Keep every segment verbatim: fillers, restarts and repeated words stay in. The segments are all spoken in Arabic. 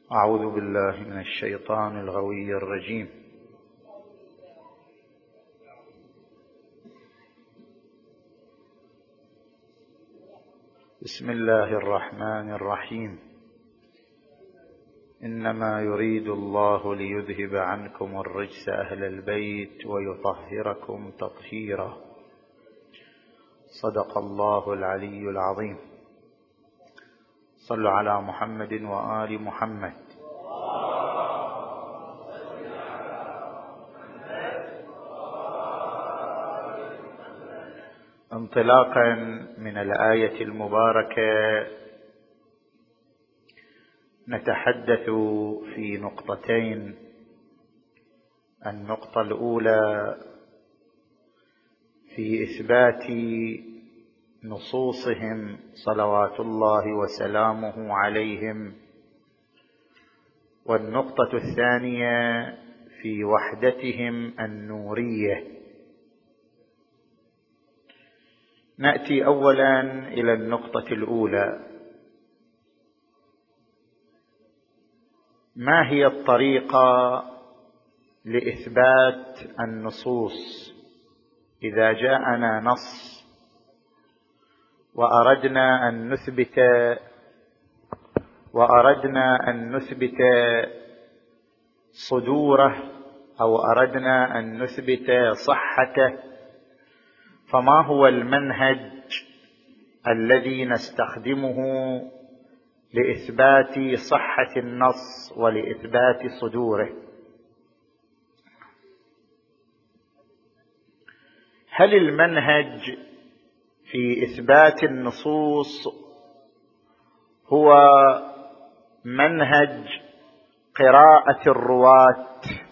أعوذ بالله من الشيطان الغوي الرجيم. بسم الله الرحمن الرحيم. إنما يريد الله ليذهب عنكم الرجس أهل البيت ويطهركم تطهيرا. صدق الله العلي العظيم. صلوا على محمد وآل محمد. انطلاقا من الآية المباركة نتحدث في نقطتين. النقطة الأولى في إثبات نصوصهم صلوات الله وسلامه عليهم، والنقطة الثانية في وحدتهم النورية. نأتي أولا إلى النقطة الأولى. ما هي الطريقة لإثبات النصوص؟ إذا جاءنا نص وأردنا أن نثبت وأردنا أن نثبت صدوره أو أردنا أن نثبت صحته، فما هو المنهج الذي نستخدمه لإثبات صحة النص ولإثبات صدوره؟ هل المنهج في إثبات النصوص هو منهج قراءة الرواة،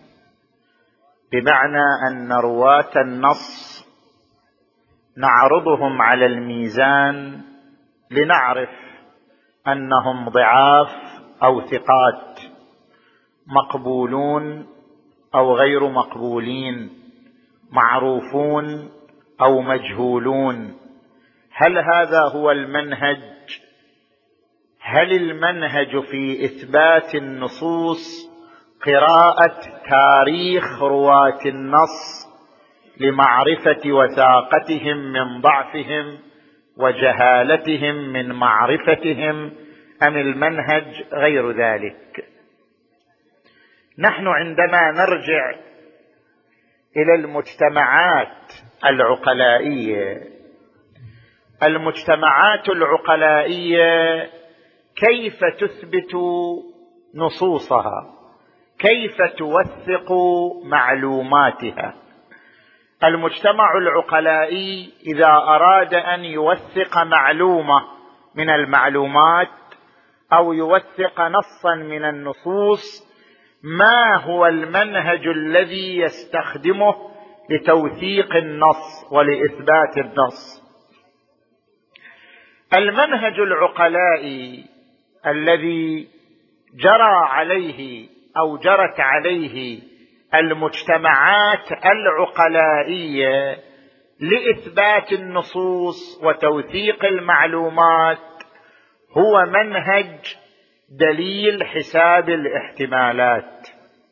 بمعنى أن رواة النص نعرضهم على الميزان لنعرف أنهم ضعاف أو ثقات، مقبولون أو غير مقبولين، معروفون أو مجهولون؟ هل هذا هو المنهج؟ هل المنهج في إثبات النصوص قراءة تاريخ رواة النص لمعرفة وثاقتهم من ضعفهم وجهالتهم من معرفتهم، أم المنهج غير ذلك؟ نحن عندما نرجع إلى المجتمعات العقلائية، المجتمعات العقلائية كيف تثبت نصوصها؟ كيف توثق معلوماتها؟ المجتمع العقلائي إذا أراد أن يوثق معلومة من المعلومات أو يوثق نصا من النصوص، ما هو المنهج الذي يستخدمه لتوثيق النص ولإثبات النص؟ المنهج العقلائي الذي جرى عليه أو جرت عليه المجتمعات العقلائية لإثبات النصوص وتوثيق المعلومات هو منهج دليل حساب الاحتمالات.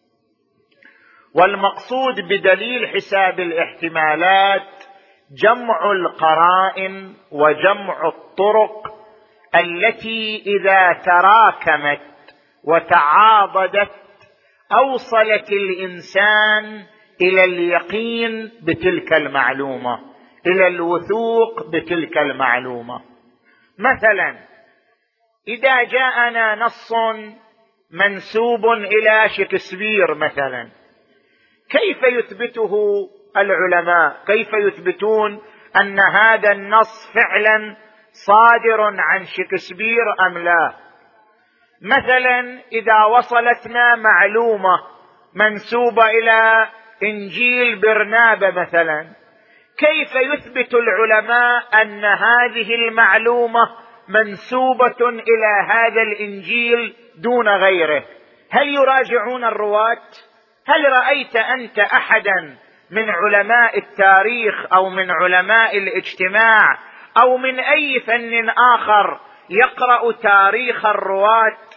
والمقصود بدليل حساب الاحتمالات جمع القرائن وجمع الطرق التي إذا تراكمت وتعاضدت أوصلت الإنسان إلى اليقين بتلك المعلومة، إلى الوثوق بتلك المعلومة. مثلا إذا جاءنا نص منسوب إلى شكسبير مثلا، كيف يثبته العلماء؟ كيف يثبتون أن هذا النص فعلا صادر عن شكسبير أم لا؟ مثلا إذا وصلتنا معلومة منسوبة إلى إنجيل برنابة مثلا، كيف يثبت العلماء أن هذه المعلومة منسوبة إلى هذا الإنجيل دون غيره؟ هل يراجعون الرواة؟ هل رأيت أنت أحدا من علماء التاريخ أو من علماء الاجتماع أو من أي فن آخر يقرأ تاريخ الرواة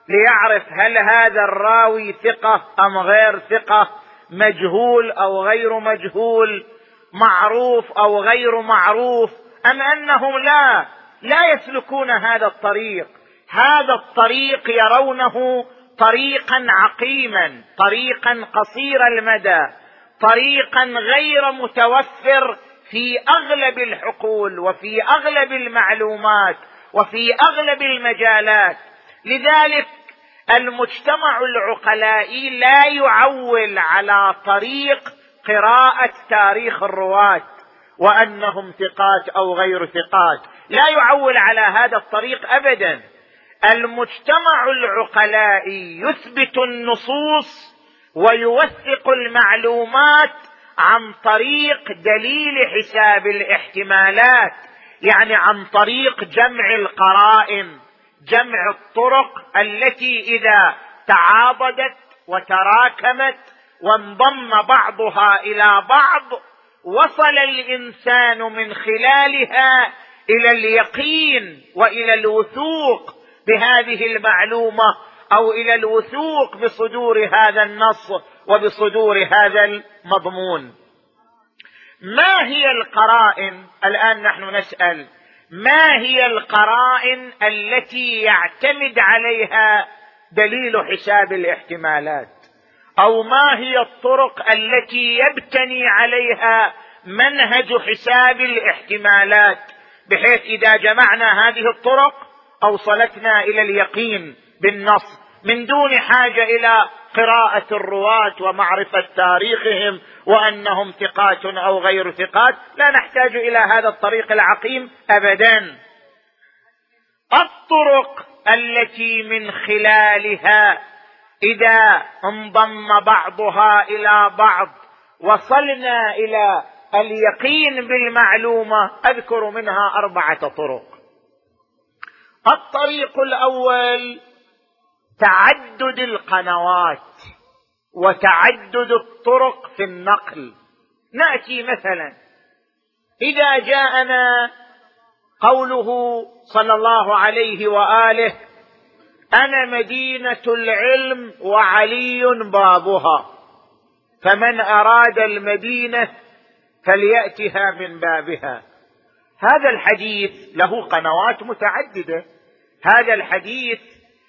ليعرف هل هذا الراوي ثقة أم غير ثقة، مجهول أو غير مجهول، معروف أو غير معروف، أم أنهم لا لا يسلكون هذا الطريق. هذا الطريق يرونه طريقا عقيما، طريقا قصير المدى، طريقا غير متوفر في أغلب الحقول وفي أغلب المعلومات وفي أغلب المجالات. لذلك المجتمع العقلائي لا يعول على طريق قراءة تاريخ الرواة وأنهم ثقات أو غير ثقات، لا يعول على هذا الطريق أبدا. المجتمع العقلائي يثبت النصوص ويوثق المعلومات عن طريق دليل حساب الاحتمالات، يعني عن طريق جمع القرائن، جمع الطرق التي إذا تعاضدت وتراكمت وانضم بعضها إلى بعض وصل الإنسان من خلالها إلى اليقين وإلى الوثوق بهذه المعلومة، أو إلى الوثوق بصدور هذا النص وبصدور هذا المضمون. ما هي القرائن؟ الآن نحن نسأل ما هي القرائن التي يعتمد عليها دليل حساب الاحتمالات، أو ما هي الطرق التي يبتني عليها منهج حساب الاحتمالات، بحيث إذا جمعنا هذه الطرق أوصلتنا إلى اليقين بالنص من دون حاجة إلى قراءة الرواة ومعرفة تاريخهم وأنهم ثقات أو غير ثقات، لا نحتاج إلى هذا الطريق العقيم أبدا. الطرق التي من خلالها إذا انضم بعضها إلى بعض وصلنا إلى اليقين بالمعلومة، أذكر منها أربعة طرق. الطريق الأول تعدد القنوات وتعدد الطرق في النقل. نأتي مثلا إذا جاءنا قوله صلى الله عليه وآله: أنا مدينة العلم وعلي بابها، فمن أراد المدينة فليأتها من بابها. هذا الحديث له قنوات متعددة، هذا الحديث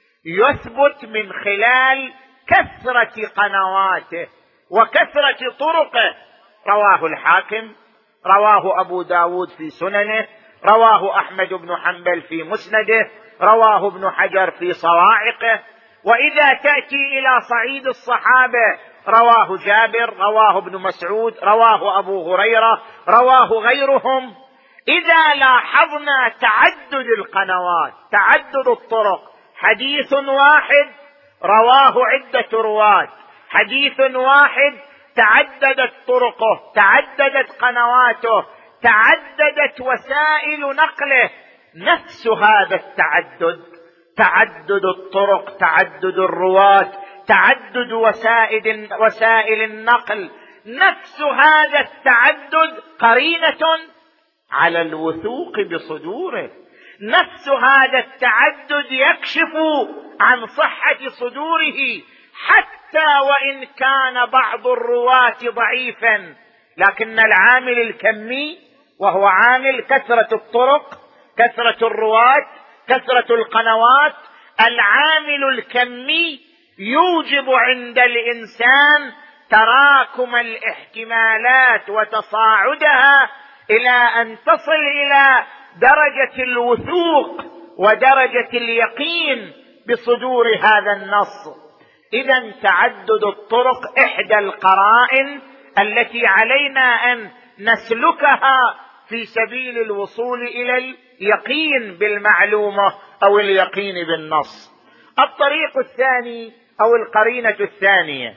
يثبت من خلال كثرة قنواته وكثرة طرقه. رواه الحاكم، رواه أبو داود في سننه، رواه أحمد بن حنبل في مسنده، رواه ابن حجر في صواعقه. وإذا تأتي إلى صعيد الصحابة رواه جابر، رواه ابن مسعود، رواه أبو هريرة، رواه غيرهم. إذا لاحظنا تعدد القنوات، تعدد الطرق، حديث واحد رواه عدة رواة، حديث واحد تعددت طرقه، تعددت قنواته، تعددت وسائل نقله. نفس هذا التعدد، تعدد الطرق، تعدد الرواة، تعدد وسائل وسائل النقل، نفس هذا التعدد قرينة على الوثوق بصدوره. نفس هذا التعدد يكشف عن صحة صدوره، حتى وإن كان بعض الرواة ضعيفا، لكن العامل الكمي وهو عامل كثرة الطرق، كثرة الرواة، كثرة القنوات، العامل الكمي يوجب عند الإنسان تراكم الاحتمالات وتصاعدها إلى أن تصل إلى درجة الوثوق ودرجة اليقين بصدور هذا النص. إذن تعدد الطرق إحدى القرائن التي علينا أن نسلكها في سبيل الوصول إلى اليقين بالمعلومة أو اليقين بالنص. الطريق الثاني أو القرينة الثانية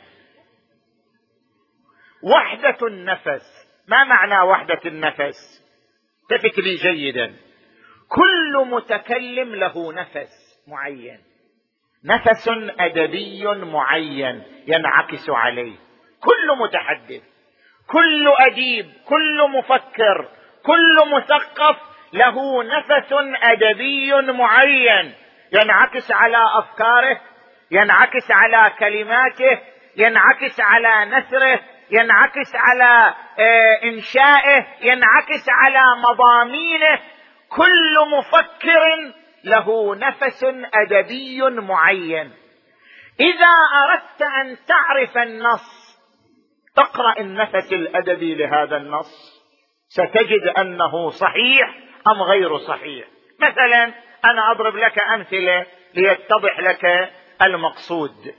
وحدة النفس. ما معنى وحدة النفس؟ تفت لي جيدا. كل متكلم له نفس معين، نفس أدبي معين ينعكس عليه. كل متحدث، كل أديب، كل مفكر، كل مثقف له نفس أدبي معين ينعكس على أفكاره ينعكس على كلماته، ينعكس على نثره، ينعكس على إنشائه، ينعكس على مضامينه. كل مفكر له نفس أدبي معين. إذا أردت أن تعرف النص تقرأ النفس الأدبي لهذا النص، ستجد أنه صحيح أم غير صحيح. مثلا أنا أضرب لك أمثلة ليتضح لك المقصود.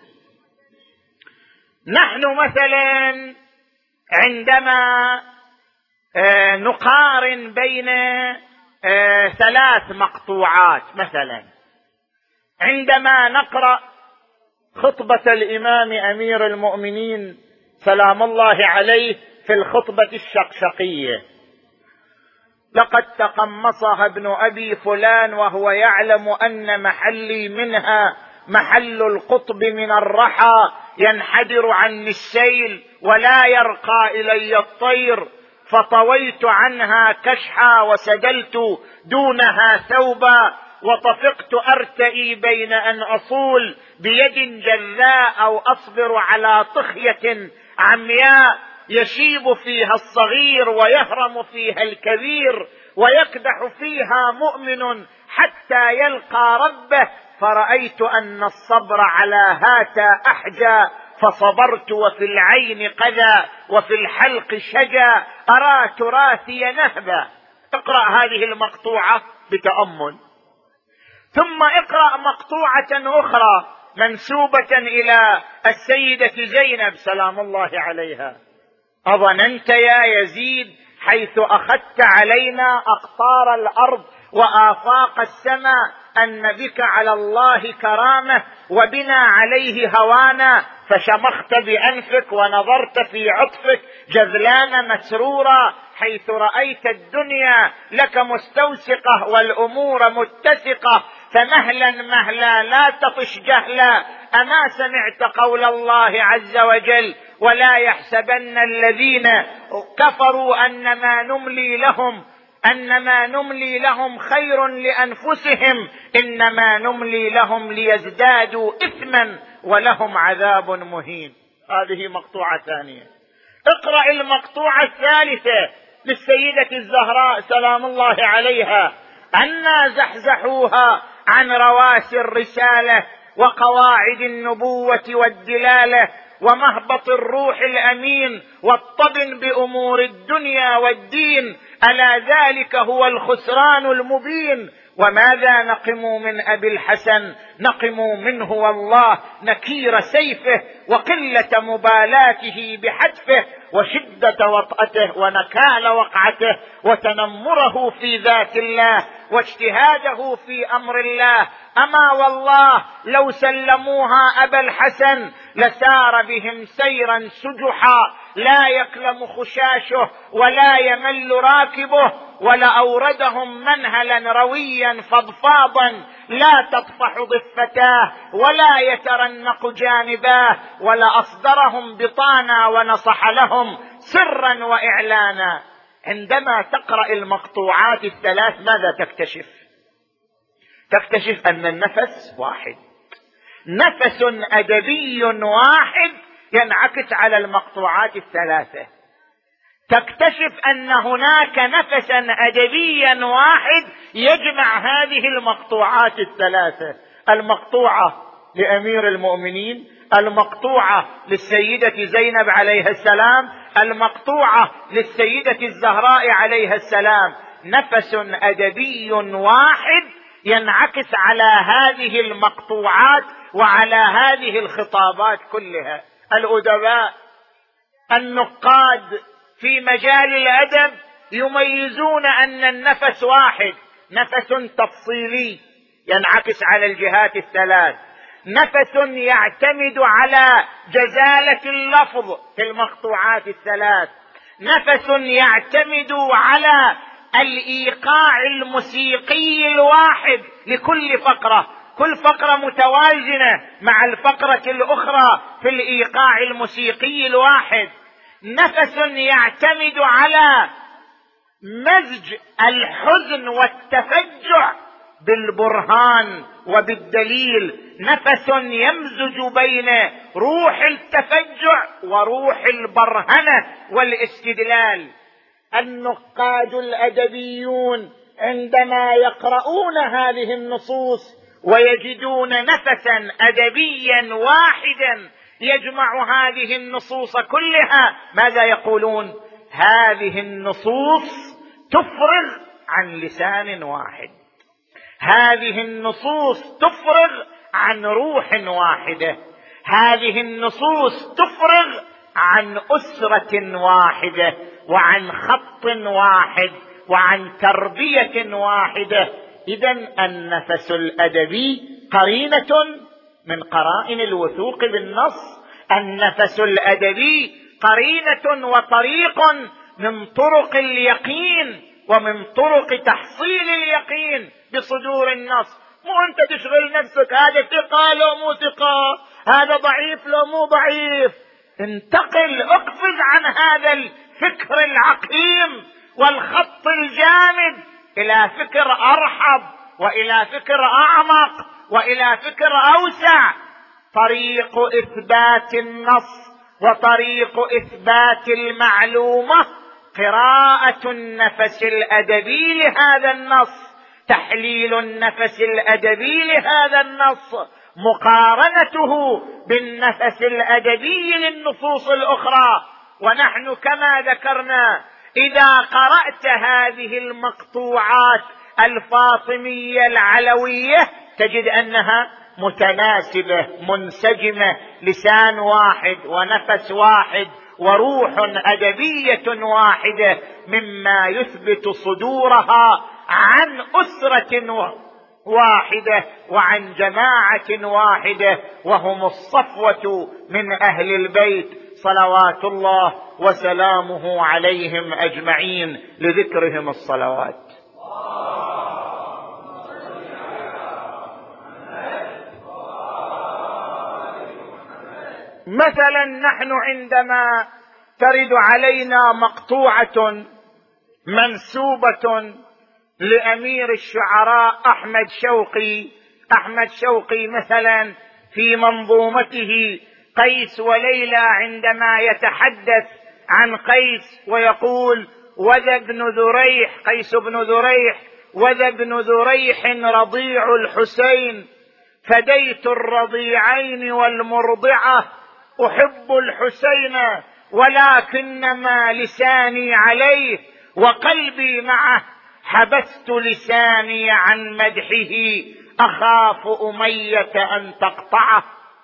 نحن مثلا عندما نقارن بين ثلاث مقطوعات، مثلا عندما نقرأ خطبة الإمام أمير المؤمنين سلام الله عليه في الخطبة الشقشقية: لقد تقمصها ابن أبي فلان وهو يعلم أن محلي منها محل القطب من الرحى، ينحدر عني السيل ولا يرقى إلي الطير، فطويت عنها كشحا وسدلت دونها ثوبا، وطفقت أرتئي بين أن أصول بيد جلاء أو أصبر على طخية عمياء، يشيب فيها الصغير ويهرم فيها الكبير، ويكدح فيها مؤمن حتى يلقى ربه، فرأيت أن الصبر على هاتا أحجى، فصبرت وفي العين قذى وفي الحلق شجى، أرى تراثي نهبا. اقرأ هذه المقطوعة بتأمل، ثم اقرأ مقطوعة أخرى منسوبة إلى السيدة زينب سلام الله عليها: أظننت يا يزيد حيث أخذت علينا أقطار الأرض وآفاق السماء أن بك على الله كرامة وبنا عليه هوانا، فشمخت بأنفك ونظرت في عطفك جذلان مسرورا، حيث رأيت الدنيا لك مستوسقة والأمور متسقة، فمهلا مهلا لا تطش جهلا. أما سمعت قول الله عز وجل: ولا يحسبن الذين كفروا أنما نملي لهم أنما نملي لهم خير لأنفسهم إنما نملي لهم ليزدادوا إثما ولهم عذاب مهين. هذه مقطوعة ثانية. اقرأ المقطوعة الثالثة للسيدة الزهراء سلام الله عليها: أنا زحزحوها عن رواسي الرسالة وقواعد النبوة والدلالة ومهبط الروح الأمين والطبن بأمور الدنيا والدين، ألا ذلك هو الخسران المبين. وماذا نقم من أبي الحسن؟ نقم منه والله نكير سيفه وقلة مبالاته بحتفه وشدة وطأته ونكال وقعته وتنمره في ذات الله واجتهاده في أمر الله. أما والله لو سلموها أبا الحسن لسار بهم سيرا سجحا، لا يكلم خشاشه ولا يمل راكبه، ولأوردهم منهلا رويا فضفاضا لا تطفح ضفتاه ولا يترنق جانباه، ولأصدرهم بطانا ونصح لهم سرا وإعلانا. عندما تقرأ المقطوعات الثلاث ماذا تكتشف؟ تكتشف أن النفس واحد، نفس أدبي واحد ينعكس على المقطوعات الثلاثة. تكتشف أن هناك نفسا أدبيا واحد يجمع هذه المقطوعات الثلاثة: المقطوعة لأمير المؤمنين، المقطوعة للسيدة زينب عليها السلام، المقطوعة للسيدة الزهراء عليها السلام. نفس أدبي واحد ينعكس على هذه المقطوعات وعلى هذه الخطابات كلها. الأدباء النقاد في مجال الأدب يميزون أن النفس واحد، نفس تفصيلي ينعكس على الجهات الثلاث، نفس يعتمد على جزالة اللفظ في المقطوعات الثلاث، نفس يعتمد على الإيقاع الموسيقي الواحد لكل فقرة، كل فقرة متوازنة مع الفقرة الأخرى في الإيقاع الموسيقي الواحد، نفس يعتمد على مزج الحزن والتفجع بالبرهان وبالدليل، نفس يمزج بين روح التفجع وروح البرهنة والاستدلال. النقاد الأدبيون عندما يقرؤون هذه النصوص ويجدون نفسا أدبيا واحدا يجمع هذه النصوص كلها، ماذا يقولون؟ هذه النصوص تفرغ عن لسان واحد، هذه النصوص تفرغ عن روح واحدة، هذه النصوص تفرغ عن أسرة واحدة وعن خط واحد وعن تربية واحدة. إذن النفس الأدبي قرينة من قرائن الوثوق بالنص، النفس الأدبي قرينة وطريق من طرق اليقين ومن طرق تحصيل اليقين بصدور النص. مو أنت تشغل نفسك هذا ثقة لو مو ثقة، هذا ضعيف لو مو ضعيف. انتقل، اقفز عن هذا الفكر العقيم والخط الجامد إلى فكر أرحب وإلى فكر أعمق وإلى فكر أوسع. طريق إثبات النص وطريق إثبات المعلومة قراءة النفس الأدبي لهذا النص، تحليل النفس الأدبي لهذا النص، مقارنته بالنفس الأدبي للنصوص الأخرى. ونحن كما ذكرنا إذا قرأت هذه المقطوعات الفاطمية العلوية تجد أنها متناسبة منسجمة، لسان واحد ونفس واحد وروح أدبية واحدة، مما يثبت صدورها عن أسرة واحدة وعن جماعة واحدة، وهم الصفوة من أهل البيت صلوات الله وسلامه عليهم أجمعين، لذكرهم الصلوات. مثلا نحن عندما ترد علينا مقطوعة منسوبة لأمير الشعراء أحمد شوقي، أحمد شوقي مثلا في منظومته قيس وليلى عندما يتحدث عن قيس ويقول: وذا ابن ذريح، قيس بن ذريح، وذا ابن ذريح رضيع الحسين، فديت الرضيعين والمرضعة، أحب الحسين ولكنما لساني عليه وقلبي معه، حبست لساني عن مدحه أخاف أمية أن تقطعه.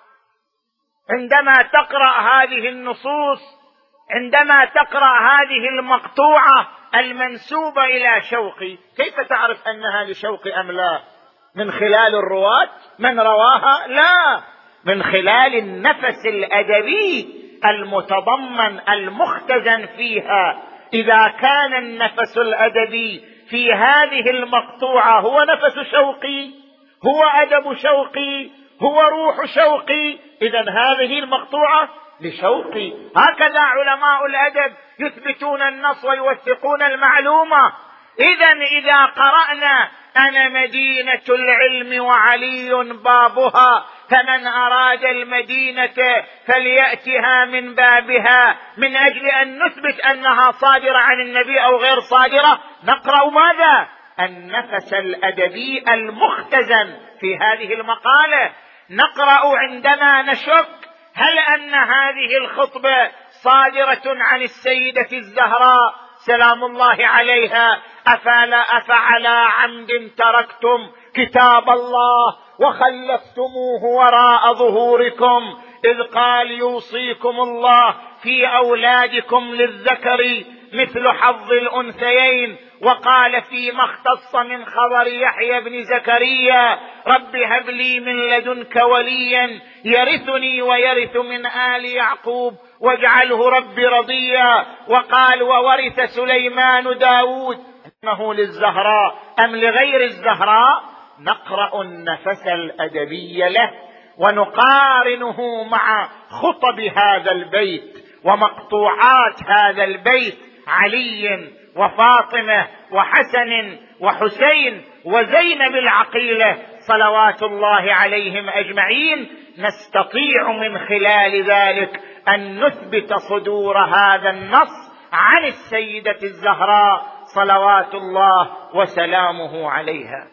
عندما تقرأ هذه النصوص، عندما تقرأ هذه المقطوعة المنسوبة إلى شوقي، كيف تعرف أنها لشوقي أم لا؟ من خلال الرواة من رواها؟ لا، من خلال النفس الأدبي المتضمن المختزن فيها. إذا كان النفس الأدبي في هذه المقطوعة هو نفس شوقي، هو أدب شوقي، هو روح شوقي، إذن هذه المقطوعة لشوقي. هكذا علماء الأدب يثبتون النص ويوثقون المعلومة. إذن إذا قرأنا أنا مدينة العلم وعلي بابها، فمن أراد المدينة فليأتها من بابها، من أجل أن نثبت أنها صادرة عن النبي أو غير صادرة، نقرأ ماذا؟ النفس الأدبي المختزن في هذه المقالة. نقرأ عندما نشك هل أن هذه الخطبة صادرة عن السيدة الزهراء سلام الله عليها، أفلا أفعلى عمد تركتم كتاب الله وخلفتموه وراء ظهوركم، إذ قال يوصيكم الله في أولادكم للذكر مثل حظ الأنثيين، وقال فيما اختص من خبر يحيى بن زكريا: رب هب لي من لدنك وليا يرثني ويرث من آل يعقوب واجعله رب رضيا. وقال: وورث سليمان داود. إنه للزهراء أم لغير الزهراء؟ نقرأ النفس الأدبي له ونقارنه مع خطب هذا البيت ومقطوعات هذا البيت، علي وفاطمة وحسن وحسين وزينب العقيلة صلوات الله عليهم أجمعين، نستطيع من خلال ذلك أن نثبت صدور هذا النص عن السيدة الزهراء صلوات الله وسلامه عليها.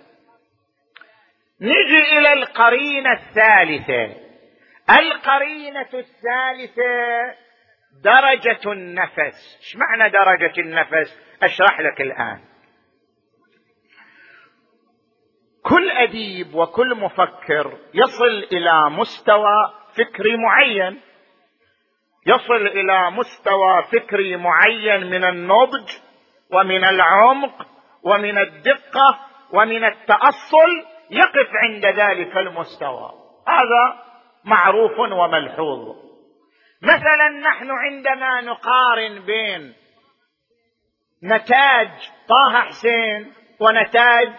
نجي إلى القرينة الثالثة. القرينة الثالثة درجة النفس. ايش معنى درجة النفس؟ أشرح لك الآن. كل أديب وكل مفكر يصل إلى مستوى فكري معين، يصل إلى مستوى فكري معين من النضج ومن العمق ومن الدقة ومن التأصل، يقف عند ذلك المستوى. هذا معروف وملحوظ. مثلا نحن عندما نقارن بين نتاج طه حسين ونتاج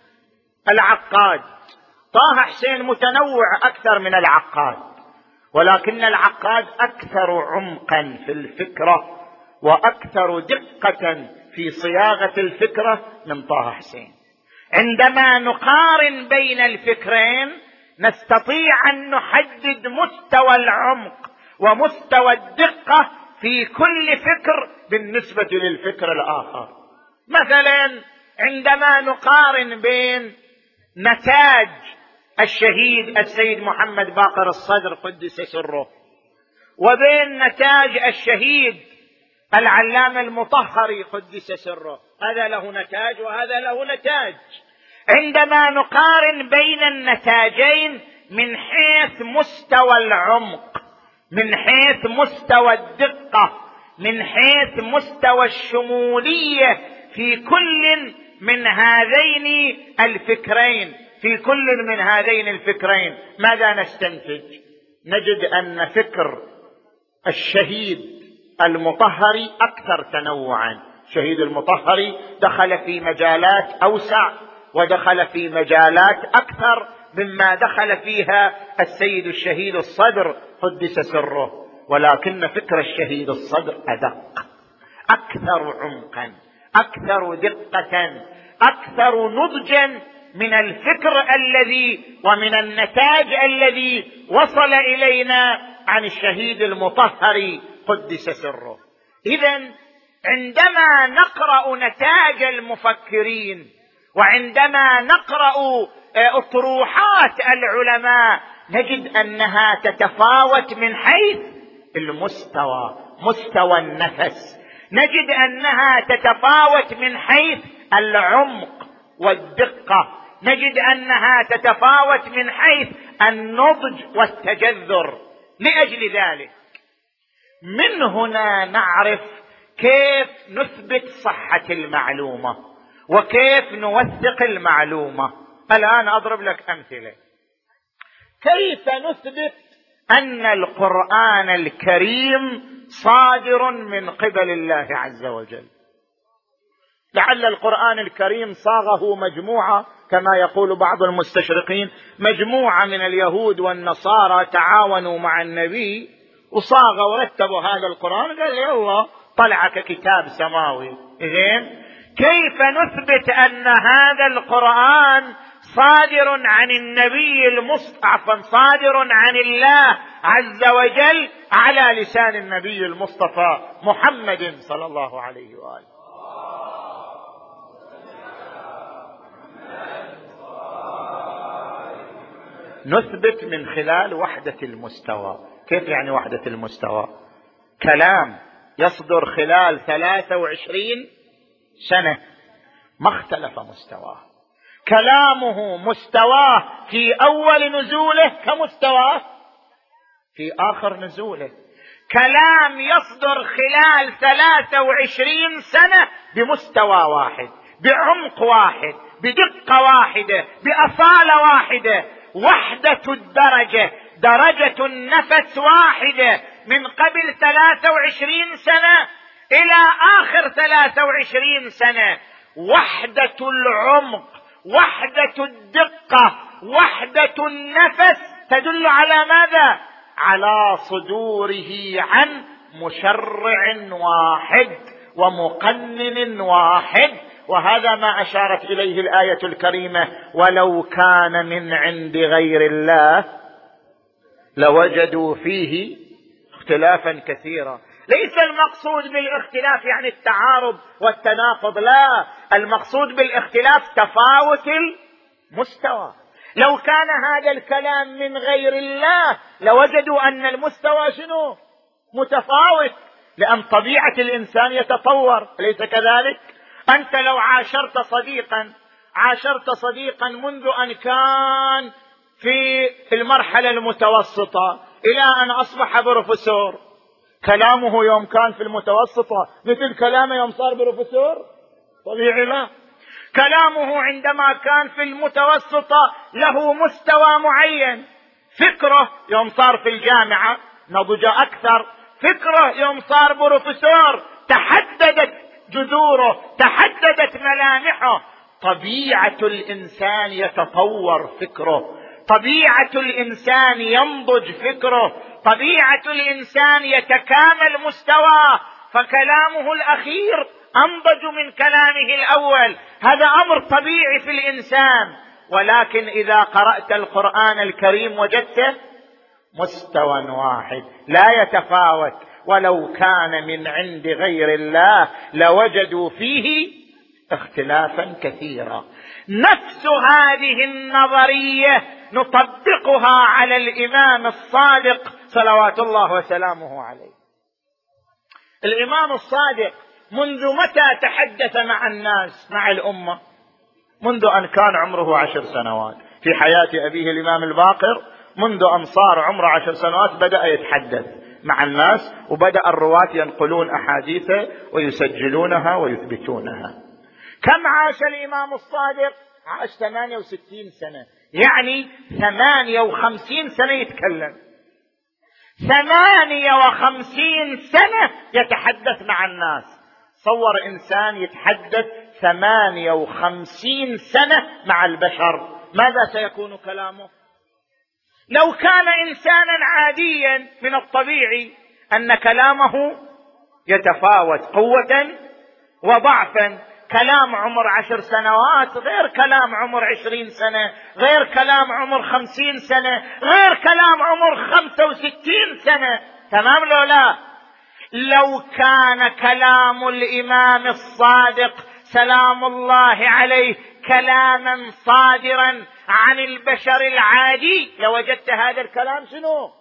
العقاد، طه حسين متنوع أكثر من العقاد، ولكن العقاد أكثر عمقا في الفكرة وأكثر دقة في صياغة الفكرة من طه حسين. عندما نقارن بين الفكرين نستطيع أن نحدد مستوى العمق ومستوى الدقة في كل فكر بالنسبة للفكر الآخر. مثلا عندما نقارن بين نتاج الشهيد السيد محمد باقر الصدر قدس سره وبين نتاج الشهيد العلامة المطهري قدس سره، هذا له نتاج وهذا له نتاج. عندما نقارن بين النتاجين من حيث مستوى العمق، من حيث مستوى الدقة، من حيث مستوى الشمولية في كل من هذين الفكرين، في كل من هذين الفكرين ماذا نستنتج؟ نجد أن فكر الشهيد المطهري أكثر تنوعا. الشهيد المطهري دخل في مجالات أوسع ودخل في مجالات أكثر مما دخل فيها السيد الشهيد الصدر قدس سره، ولكن فكر الشهيد الصدر أدق، أكثر عمقا، أكثر دقة، أكثر نضجا من الفكر الذي ومن النتاج الذي وصل إلينا عن الشهيد المطهري قدس سره. إذن عندما نقرأ نتاج المفكرين وعندما نقرأ أطروحات العلماء نجد أنها تتفاوت من حيث المستوى، مستوى النفس، نجد أنها تتفاوت من حيث العمق والدقة، نجد أنها تتفاوت من حيث النضج والتجذر. لأجل ذلك من هنا نعرف كيف نثبت صحة المعلومة وكيف نوثق المعلومة. الآن أضرب لك أمثلة. كيف نثبت أن القرآن الكريم صادر من قبل الله عز وجل؟ لعل القرآن الكريم صاغه مجموعة، كما يقول بعض المستشرقين، مجموعة من اليهود والنصارى تعاونوا مع النبي وصاغوا ورتبوا هذا القرآن، قال يلا طلعك كتاب سماوي. إذن كيف نثبت أن هذا القرآن صادر عن النبي المصطفى، صادر عن الله عز وجل على لسان النبي المصطفى محمد صلى الله عليه وآله؟ نثبت من خلال وحدة المستوى. كيف يعني وحدة المستوى؟ كلام يصدر خلال ثلاثة وعشرين سنة ما اختلف مستواه، كلامه مستواه في أول نزوله كمستواه في آخر نزوله. كلام يصدر خلال ثلاثة وعشرين سنة بمستوى واحد، بعمق واحد، بدقة واحدة، بأصالة واحدة، وحدة الدرجة، درجة النفس واحدة من قبل ثلاثة وعشرين سنة إلى آخر ثلاثة وعشرين سنة. وحدة العمق، وحدة الدقة، وحدة النفس تدل على ماذا؟ على صدوره عن مشرع واحد ومقنن واحد وهذا ما أشارت إليه الآية الكريمة: ولو كان من عند غير الله لوجدوا فيه اختلافا كثيرا. ليس المقصود بالاختلاف يعني التعارض والتناقض، لا، المقصود بالاختلاف تفاوت المستوى. لو كان هذا الكلام من غير الله لوجدوا أن المستوى شنو؟ متفاوت، لأن طبيعة الإنسان يتطور، أليس كذلك؟ أنت لو عاشرت صديقا عاشرت صديقا منذ أن كان في المرحلة المتوسطة إلى أن أصبح بروفيسور، كلامه يوم كان في المتوسطة مثل كلامه يوم صار بروفيسور؟ طبيعي لا. كلامه عندما كان في المتوسطة له مستوى معين، فكره يوم صار في الجامعة نضج أكثر، فكره يوم صار بروفيسور تحددت جذوره، تحددت ملامحه. طبيعة الإنسان يتطور فكره، طبيعة الإنسان ينضج فكره، طبيعة الإنسان يتكامل مستواه، فكلامه الأخير أنضج من كلامه الأول. هذا أمر طبيعي في الإنسان. ولكن إذا قرأت القرآن الكريم وجدته مستوى واحد لا يتفاوت: ولو كان من عند غير الله لوجدوا فيه اختلافا كثيرا. نفس هذه النظرية نطبقها على الإمام الصادق صلوات الله وسلامه عليه. الإمام الصادق منذ متى تحدث مع الناس، مع الأمة؟ منذ أن كان عمره عشر سنوات في حياة أبيه الإمام الباقر. منذ أن صار عمره عشر سنوات بدأ يتحدث مع الناس، وبدأ الرواة ينقلون أحاديثه ويسجلونها ويثبتونها. كم عاش الإمام الصادق؟ عاش ثمانية وستين سنة، يعني ثمانية وخمسين سنة يتكلم، ثمانية وخمسين سنة يتحدث مع الناس. صور إنسان يتحدث ثمانية وخمسين سنة مع البشر، ماذا سيكون كلامه؟ لو كان إنسانا عاديا من الطبيعي أن كلامه يتفاوت قوة وضعفا. كلام عمر عشر سنوات غير كلام عمر عشرين سنة، غير كلام عمر خمسين سنة، غير كلام عمر خمسة وستين سنة. تمام لو لا؟ لو كان كلام الإمام الصادق سلام الله عليه كلاما صادرا عن البشر العادي لوجدت هذا الكلام شنو؟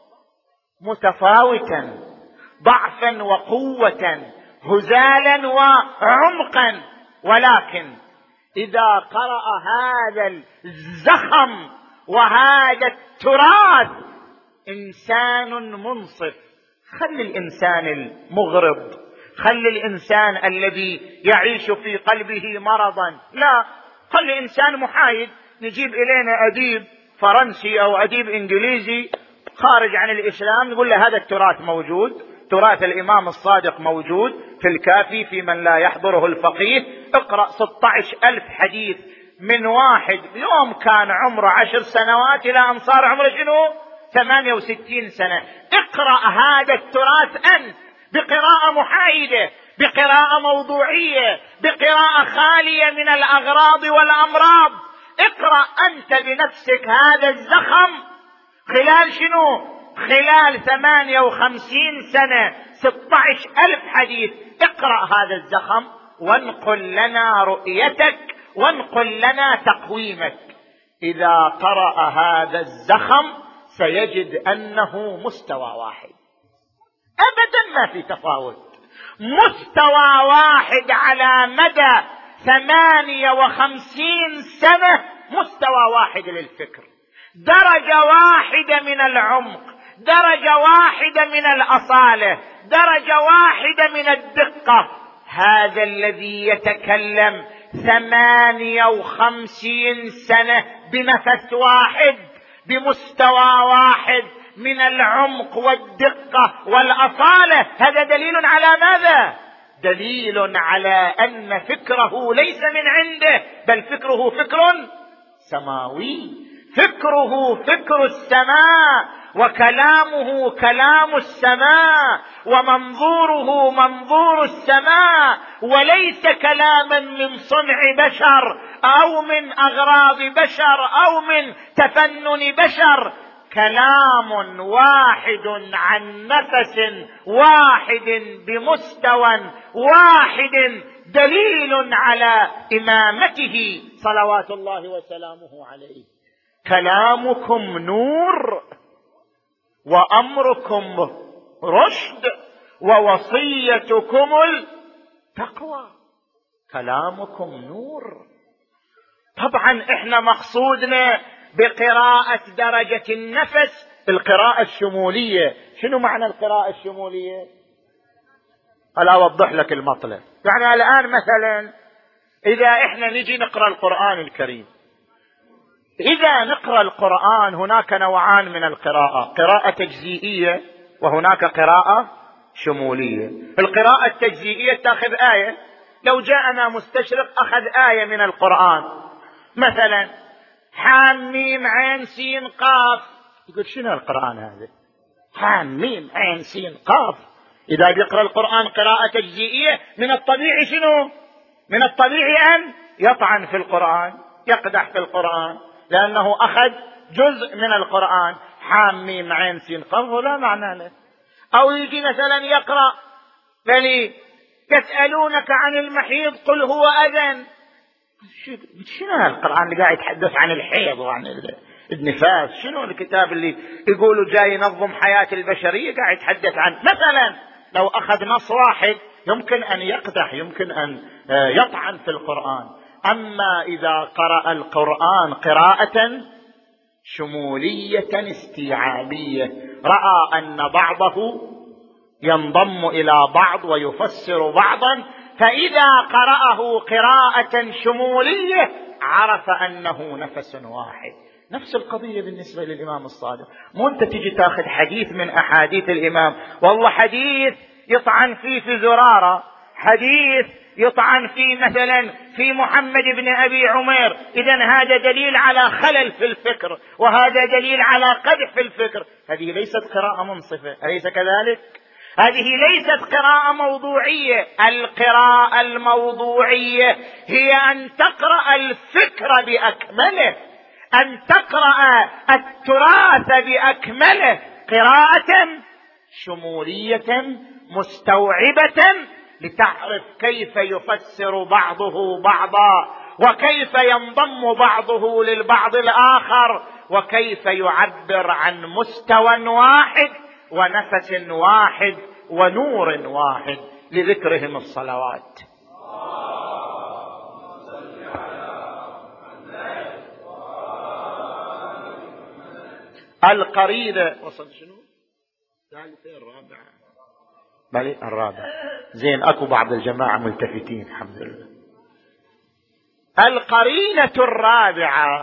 متفاوتا، ضعفا وقوة، هزالا وعمقا. ولكن إذا قرأ هذا الزخم وهذا التراث إنسان منصف، خلي الإنسان المغرض، خلي الإنسان الذي يعيش في قلبه مرضا، لا، خلي إنسان محايد. نجيب إلينا أديب فرنسي أو أديب إنجليزي خارج عن الإسلام، نقول له هذا التراث موجود، تراث الإمام الصادق موجود في الكافي في من لا يحضره الفقيه. اقرأ ستة عشر ألف حديث من واحد يوم كان عمره عشر سنوات إلى أن صار عمره شنو؟ ثمانية وستين سنة. اقرأ هذا التراث أنت بقراءة محايدة، بقراءة موضوعية، بقراءة خالية من الأغراض والأمراض. اقرأ أنت بنفسك هذا الزخم خلال شنو؟ خلال ثمانية وخمسين سنة، ستة عشر ألف حديث. اقرأ هذا الزخم وانقل لنا رؤيتك وانقل لنا تقويمك. إذا قرأ هذا الزخم سيجد أنه مستوى واحد، أبدا ما في تفاوت، مستوى واحد على مدى ثمانية وخمسين سنة، مستوى واحد للفكر، درجة واحدة من العمق، درجة واحدة من الأصالة، درجة واحدة من الدقة. هذا الذي يتكلم ثمانية وخمسين سنة بنفس واحد، بمستوى واحد من العمق والدقة والأصالة، هذا دليل على ماذا؟ دليل على أن فكره ليس من عنده، بل فكره فكر سماوي، فكره فكر السماء، وكلامه كلام السماء ومنظوره منظور السماء، وليس كلاما من صنع بشر أو من أغراض بشر أو من تفنن بشر، كلام واحد عن نفس واحد بمستوى واحد، دليل على إمامته صلوات الله وسلامه عليه. كلامكم نور وأمركم رشد ووصيتكم التقوى. كلامكم نور. طبعا احنا مقصودنا بقراءة درجة النفس القراءة الشمولية. شنو معنى القراءة الشمولية؟ ألا أوضح لك المطلب. يعني الآن مثلا إذا إحنا نجي نقرأ القرآن الكريم، إذا نقرأ القرآن هناك نوعان من القراءة، قراءة تجزئية وهناك قراءة شمولية. القراءة التجزئية تأخذ آية، لو جاءنا مستشرق أخذ آية من القرآن مثلا حام ميم عين سين قاف، يقول شنو القرآن هذا؟ حام ميم عين سين قاف. إذا بيقرأ القرآن قراءة تجزئية من الطبيعي شنو؟ من الطبيعي أن يطعن في القرآن، يقدح في القرآن، لأنه أخذ جزء من القرآن. حام ميم عين سين قاف لا معنى له. أو يجي مثلا يقرأ بل يسألونك عن المحيض قل هو أذن. شنو القرآن اللي قاعد يتحدث عن الحيض وعن النفاس؟ شنو الكتاب اللي يقولوا جاي ينظم حياة البشرية قاعد يتحدث عنه؟ مثلا لو أخذ نص واحد يمكن أن يقدح، يمكن أن يطعن في القرآن. أما إذا قرأ القرآن قراءة شمولية استيعابية، رأى أن بعضه ينضم إلى بعض ويفسر بعضا، فإذا قرأه قراءة شمولية عرف أنه نفس واحد. نفس القضية بالنسبة للإمام الصادق. مو أنت تجي تاخذ حديث من أحاديث الإمام، والله حديث يطعن فيه في زرارة، حديث يطعن فيه مثلا في محمد بن أبي عمير، إذن هذا دليل على خلل في الفكر وهذا دليل على قدح في الفكر. هذه ليست قراءة منصفة، أليس كذلك؟ هذه ليست قراءة موضوعية. القراءة الموضوعية هي أن تقرأ الفكر بأكمله، أن تقرأ التراث بأكمله، قراءة شمولية مستوعبة لتعرف كيف يفسر بعضه بعضا، وكيف ينضم بعضه للبعض الآخر، وكيف يعبر عن مستوى واحد ونفس واحد ونور واحد لذكرهم الصلوات. القرينة وصل شنو؟ ثالثة الرابعة بل الرابعة. زين أكو بعض الجماعة ملتفتين الحمد لله. القرينة الرابعة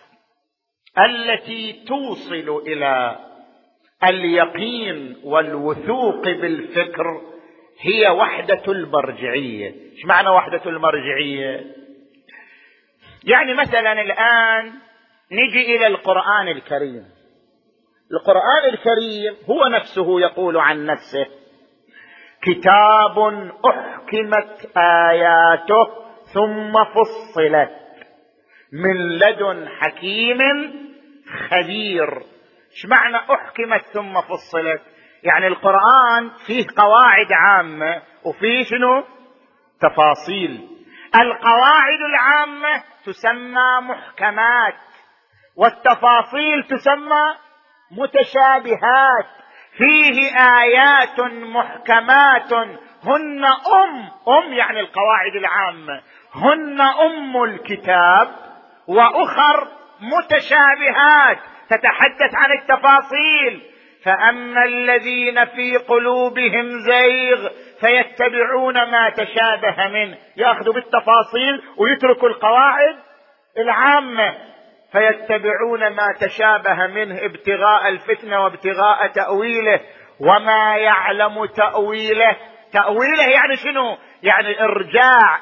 التي توصل إلى اليقين والوثوق بالفكر هي وحدة المرجعية. ايش معنى وحدة المرجعية؟ يعني مثلا الآن نجي إلى القرآن الكريم. القرآن الكريم هو نفسه يقول عن نفسه كتاب أحكمت آياته ثم فصلت من لدن حكيم خبير. ايش معنى أحكمت ثم فصلت؟ يعني القرآن فيه قواعد عامة وفيه شنو؟ تفاصيل. القواعد العامة تسمى محكمات، والتفاصيل تسمى متشابهات. فيه آيات محكمات هن أم أم يعني القواعد العامة، هن أم الكتاب، وأخر متشابهات تتحدث عن التفاصيل. فأما الذين في قلوبهم زيغ فيتبعون ما تشابه منه، يأخذوا بالتفاصيل ويتركوا القواعد العامة. فيتبعون ما تشابه منه ابتغاء الفتنة وابتغاء تأويله وما يعلم تأويله. تأويله يعني شنو؟ يعني ارجاع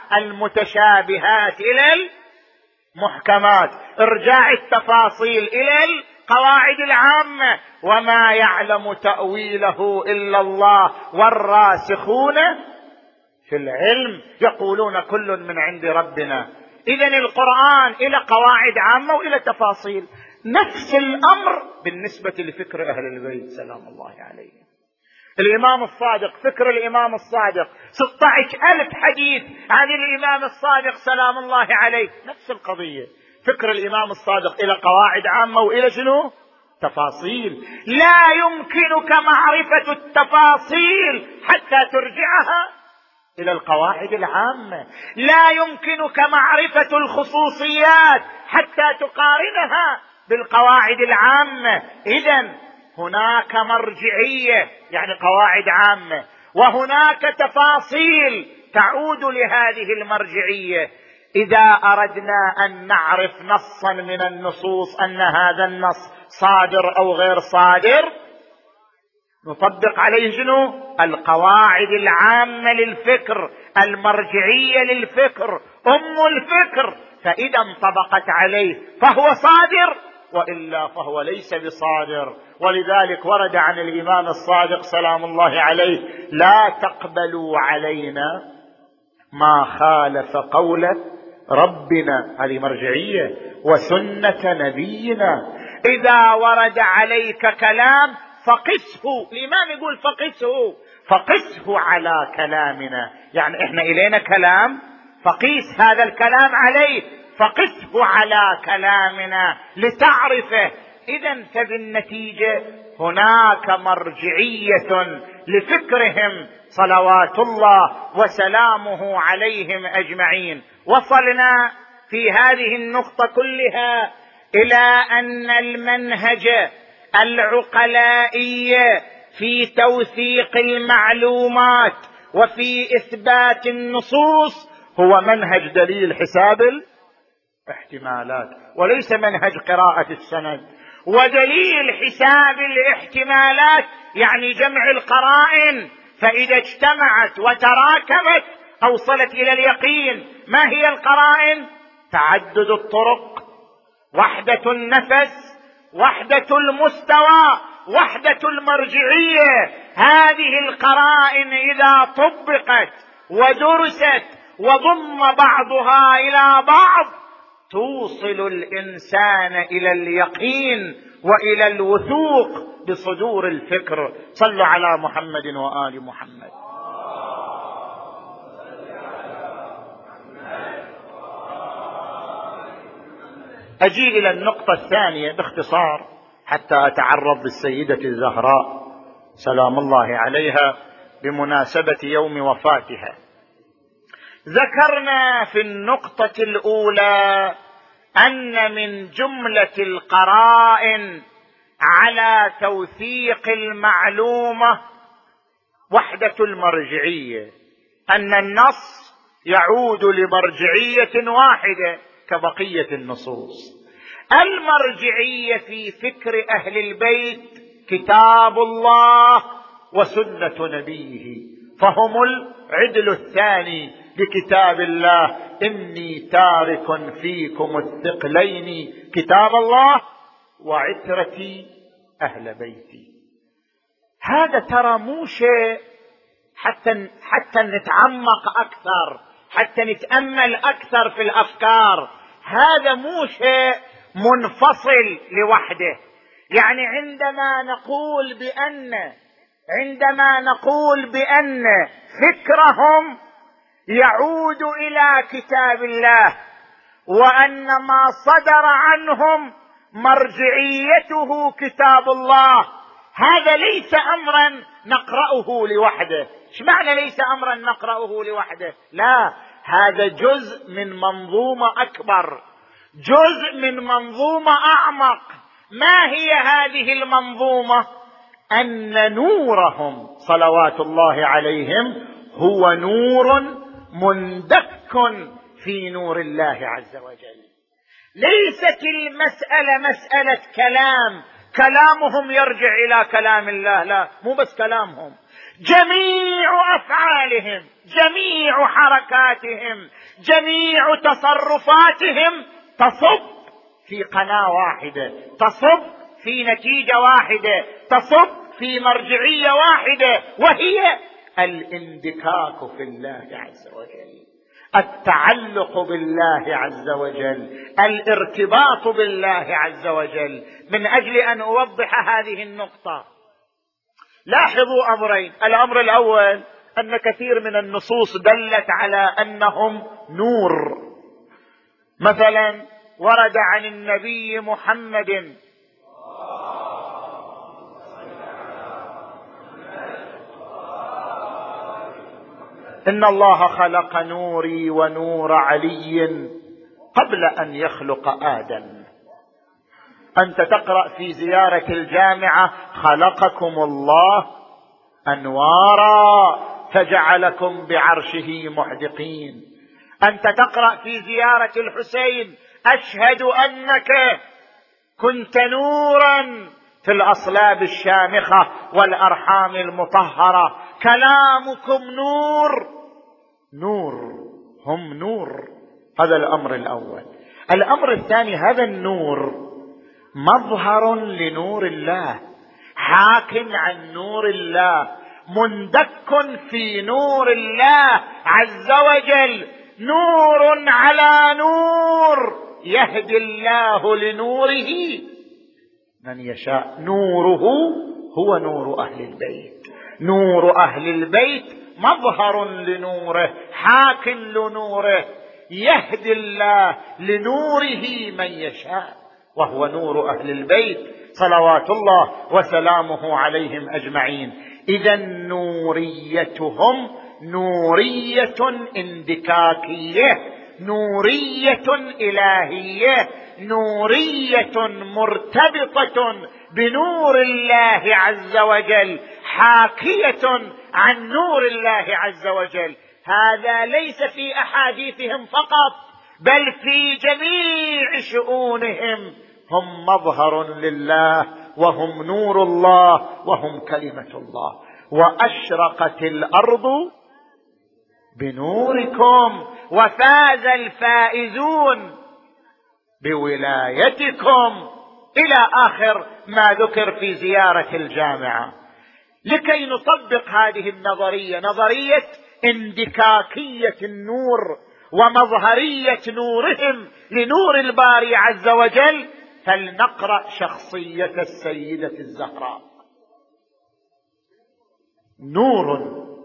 المتشابهات إلى المحكمات، ارجاع التفاصيل إلى قواعد العامة. وما يعلم تأويله إلا الله والراسخون في العلم يقولون كل من عند ربنا. إذن القرآن إلى قواعد عامة وإلى تفاصيل. نفس الأمر بالنسبة لفكر أهل البيت سلام الله عليهم. الإمام الصادق، فكر الإمام الصادق، ستة عشر ألف حديث عن الإمام الصادق سلام الله عليه، نفس القضية. فكر الإمام الصادق إلى قواعد عامة وإلى شنو؟ تفاصيل. لا يمكنك معرفة التفاصيل حتى ترجعها إلى القواعد العامة. لا يمكنك معرفة الخصوصيات حتى تقارنها بالقواعد العامة. إذن هناك مرجعية يعني قواعد عامة، وهناك تفاصيل تعود لهذه المرجعية. إذا أردنا أن نعرف نصا من النصوص أن هذا النص صادر أو غير صادر، نطبق عليه شنو؟ القواعد العامة للفكر، المرجعية للفكر، أم الفكر. فإذا انطبقت عليه فهو صادر، وإلا فهو ليس بصادر. ولذلك ورد عن الإمام الصادق سلام الله عليه: لا تقبلوا علينا ما خالف قول ربنا، هذه مرجعية، وسنة نبينا. إذا ورد عليك كلام فقسه. الإمام يقول فقسه، فقسه على كلامنا، يعني إحنا إلينا كلام فقيس هذا الكلام عليه، فقسه على كلامنا لتعرفه. إذن فبالنتيجة هناك مرجعية لفكرهم صلوات الله وسلامه عليهم أجمعين. وصلنا في هذه النقطة كلها إلى أن المنهج العقلائي في توثيق المعلومات وفي إثبات النصوص هو منهج دليل حساب الاحتمالات، وليس منهج قراءة السند. ودليل حساب الاحتمالات يعني جمع القرائن، فإذا اجتمعت وتراكمت أوصلت إلى اليقين. ما هي القرائن؟ تعدد الطرق، وحدة النفس، وحدة المستوى، وحدة المرجعية. هذه القرائن إذا طبقت ودرست وضم بعضها إلى بعض توصل الإنسان إلى اليقين وإلى الوثوق بصدور الفكر. صلوا على محمد وآل محمد. أجي إلى النقطة الثانية باختصار حتى أتعرض للسيدة الزهراء سلام الله عليها بمناسبة يوم وفاتها. ذكرنا في النقطة الأولى أن من جملة القرائن على توثيق المعلومة وحدة المرجعية، أن النص يعود لمرجعية واحدة كبقية النصوص. المرجعية في فكر أهل البيت كتاب الله وسنة نبيه، فهم العدل الثاني لكتاب الله: إني تارك فيكم الثقلين كتاب الله وعترتي أهل بيتي. هذا ترى مو شيء حتى, حتى نتعمق أكثر، حتى نتأمل أكثر في الأفكار. هذا مو شيء منفصل لوحده. يعني عندما نقول بأن عندما نقول بأن فكرهم يعود إلى كتاب الله، وأن ما صدر عنهم مرجعيته كتاب الله، هذا ليس أمرا نقرأه لوحده. ايش معنى ليس أمرا نقرأه لوحده؟ لا، هذا جزء من منظومة أكبر، جزء من منظومة أعمق. ما هي هذه المنظومة؟ أن نورهم صلوات الله عليهم هو نور مندك في نور الله عز وجل. ليست المسألة مسألة كلام، كلامهم يرجع إلى كلام الله، لا، مو بس كلامهم، جميع أفعالهم، جميع حركاتهم، جميع تصرفاتهم تصب في قناة واحدة، تصب في نتيجة واحدة، تصب في مرجعية واحدة، وهي الاندكاك في الله عز وجل، التعلق بالله عز وجل، الارتباط بالله عز وجل. من أجل أن أوضح هذه النقطة لاحظوا أمرين. الأمر الأول أن كثير من النصوص دلت على أنهم نور. مثلا ورد عن النبي محمد إن الله خلق نوري ونور علي قبل أن يخلق آدم. أنت تقرأ في زيارة الجامعة خلقكم الله أنوارا فجعلكم بعرشه محدقين. أنت تقرأ في زيارة الحسين أشهد أنك كنت نورا في الأصلاب الشامخة والأرحام المطهرة، كلامكم نور. نور، هم نور. هذا الأمر الأول. الأمر الثاني، هذا النور مظهر لنور الله، حاك عن نور الله، مندك في نور الله عز وجل، نور على نور، يهدي الله لنوره من يشاء. نوره هو نور أهل البيت. نور أهل البيت مظهر لنوره، حاك لنوره، يهدي الله لنوره من يشاء، وهو نور أهل البيت صلوات الله وسلامه عليهم أجمعين. إذا نوريتهم نورية اندكاكية، نورية إلهية، نورية مرتبطة بنور الله عز وجل، حاكية عن نور الله عز وجل. هذا ليس في أحاديثهم فقط، بل في جميع شؤونهم. هم مظهر لله، وهم نور الله، وهم كلمة الله. وأشرقت الأرض بنوركم وفاز الفائزون بولايتكم، إلى آخر ما ذكر في زيارة الجامعة. لكي نطبق هذه النظرية، نظرية اندكاكية النور ومظهرية نورهم لنور الباري عز وجل، فلنقرأ شخصية السيدة الزهراء. نور،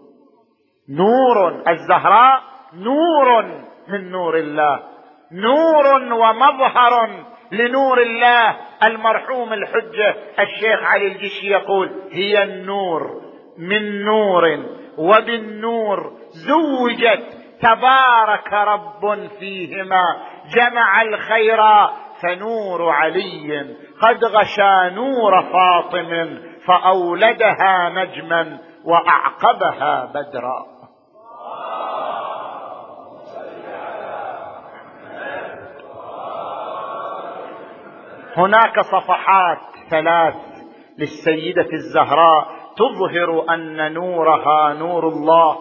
نور الزهراء، نور من نور الله، نور ومظهر لنور الله. المرحوم الحجة الشيخ علي الجشي يقول: هي النور من نور وبالنور زوجت، تبارك رب فيهما جمع الخير، فنور علي قد غشى نور فاطم، فأولدها نجما وأعقبها بدرا. هناك صفحات ثلاث للسيدة الزهراء تظهر أن نورها نور الله.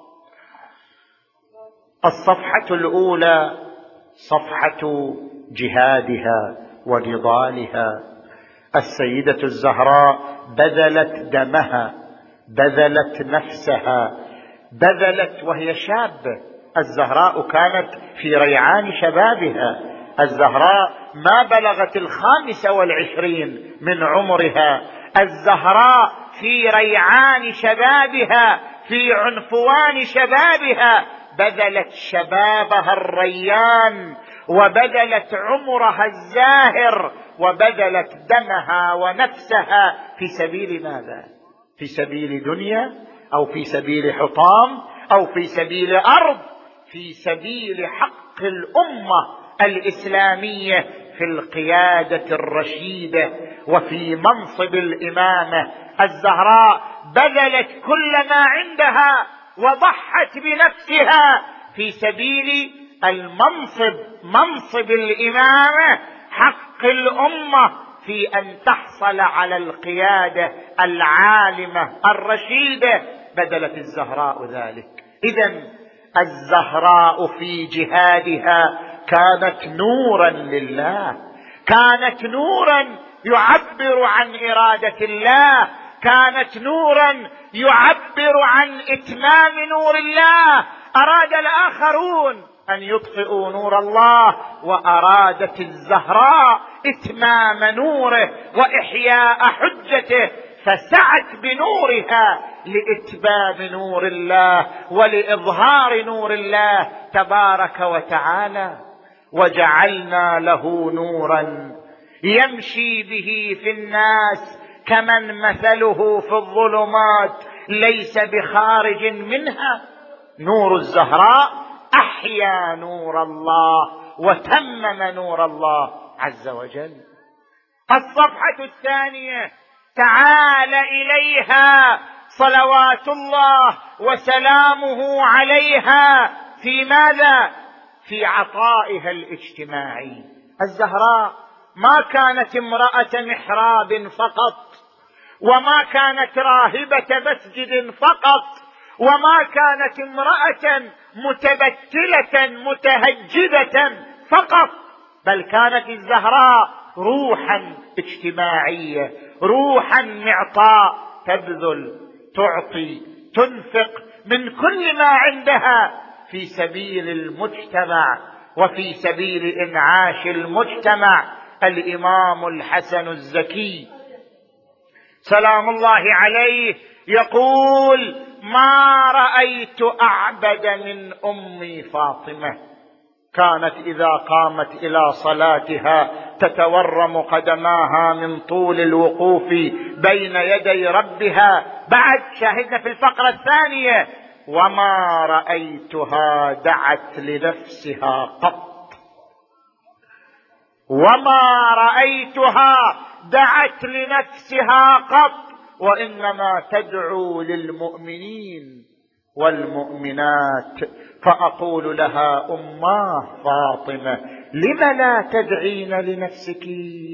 الصفحة الأولى صفحة جهادها ونضالها. السيدة الزهراء بذلت دمها، بذلت نفسها، بذلت وهي شابة. الزهراء كانت في ريعان شبابها، الزهراء ما بلغت الخامسة والعشرين من عمرها، الزهراء في ريعان شبابها، في عنفوان شبابها، بذلت شبابها الريان، وبذلت عمرها الزاهر، وبذلت دمها ونفسها في سبيل ماذا؟ في سبيل دنيا، أو في سبيل حطام، أو في سبيل أرض؟ في سبيل حق الأمة الإسلامية في القيادة الرشيدة وفي منصب الإمامة. الزهراء بذلت كل ما عندها وضحت بنفسها في سبيل المنصب، منصب الإمامة، حق الأمة في أن تحصل على القيادة العالمة الرشيدة. بذلت الزهراء ذلك. إذن الزهراء في جهادها كانت نورا لله، كانت نورا يعبر عن إرادة الله، كانت نورا يعبر عن إتمام نور الله. أراد الآخرون أن يطفئوا نور الله، وأرادت الزهراء إتمام نوره وإحياء حجته، فسعت بنورها لإتمام نور الله ولإظهار نور الله تبارك وتعالى. وجعلنا له نورا يمشي به في الناس كمن مثله في الظلمات ليس بخارج منها. نور الزهراء أحيا نور الله وتمم نور الله عز وجل. الصفحة الثانية تعال إليها صلوات الله وسلامه عليها في ماذا؟ في عطائها الاجتماعي. الزهراء ما كانت امرأة محراب فقط، وما كانت راهبة مسجد فقط، وما كانت امرأة متبتلة متهجدة فقط، بل كانت الزهراء روحا اجتماعية، روحا معطاء، تبذل، تعطي، تنفق من كل ما عندها في سبيل المجتمع وفي سبيل إنعاش المجتمع. الإمام الحسن الزكي سلام الله عليه يقول: ما رأيت أعبد من أمي فاطمة، كانت إذا قامت إلى صلاتها تتورم قدماها من طول الوقوف بين يدي ربها. بعد شاهدنا في الفقرة الثانية: وما رأيتها دعت لنفسها قط، وما رأيتها دعت لنفسها قط، وإنما تدعو للمؤمنين والمؤمنات. فأقول لها: أماه فاطمة، لم لا تدعين لنفسك؟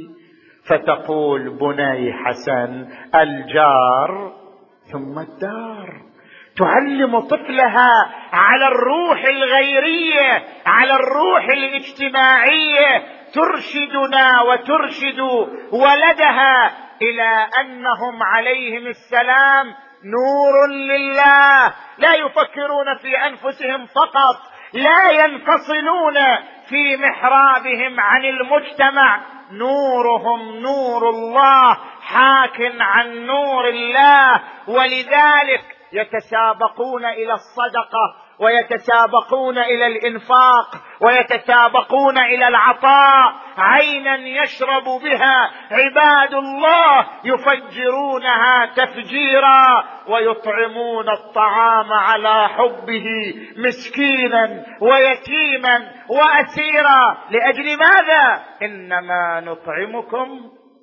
فتقول: بني حسن، الجار ثم الدار. تعلم طفلها على الروح الغيرية، على الروح الاجتماعية، ترشدنا وترشد ولدها إلى أنهم عليهم السلام نور لله، لا يفكرون في أنفسهم فقط، لا ينفصلون في محرابهم عن المجتمع، نورهم نور الله حاك عن نور الله. ولذلك يتسابقون إلى الصدقة، ويتسابقون إلى الإنفاق، ويتسابقون إلى العطاء، عينا يشرب بها عباد الله يفجرونها تفجيرا، ويطعمون الطعام على حبه مسكينا ويتيما وأسيرا. لأجل ماذا؟ إنما نطعمكم.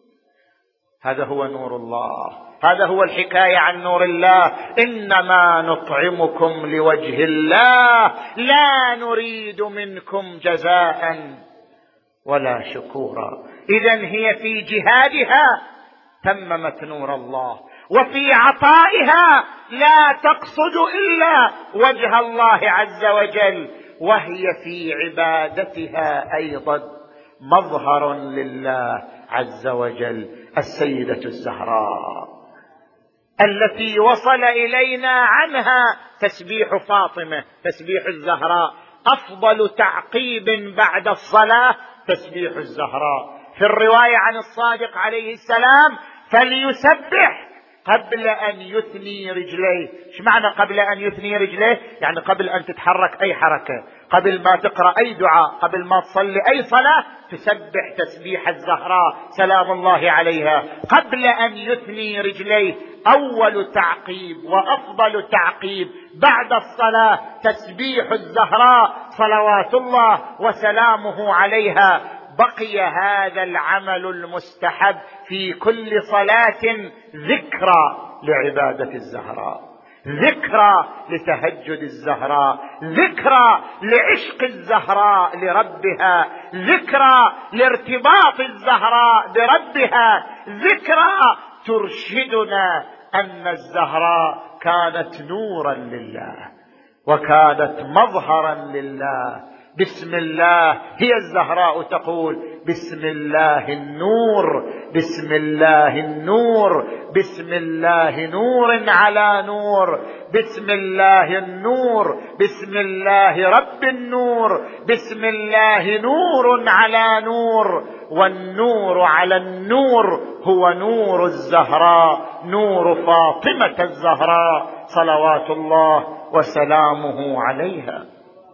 هذا هو نور الله، هذا هو الحكاية عن نور الله. إنما نطعمكم لوجه الله لا نريد منكم جزاء ولا شكورا. إذن هي في جهادها تممت نور الله، وفي عطائها لا تقصد إلا وجه الله عز وجل، وهي في عبادتها أيضا مظهر لله عز وجل. السيدة الزهراء التي وصل إلينا عنها تسبيح فاطمة، تسبيح الزهراء، أفضل تعقيب بعد الصلاة تسبيح الزهراء. في الرواية عن الصادق عليه السلام: فليسبح قبل أن يثني رجليه. ايش معنى قبل أن يثني رجليه؟ يعني قبل أن تتحرك أي حركة، قبل ما تقرأ أي دعاء، قبل ما تصلي أي صلاة، تسبح تسبيح الزهراء سلام الله عليها قبل أن يثني رجليه. أول تعقيب وأفضل تعقيب بعد الصلاة تسبيح الزهراء صلوات الله وسلامه عليها. بقي هذا العمل المستحب في كل صلاة ذكرى لعبادة الزهراء، ذكرى لتهجد الزهراء، ذكرى لعشق الزهراء لربها، ذكرى لارتباط الزهراء بربها، ذكرى ترشدنا أن الزهراء كانت نورا لله، وكانت مظهرا لله، بسم الله. هي الزهراء تقول بسم الله النور، بسم الله النور، بسم الله نور على نور، بسم الله النور، بسم الله رب النور، بسم الله نور على نور، والنور على النور هو نور الزهراء، نور فاطمة الزهراء صلوات الله وسلامه عليها.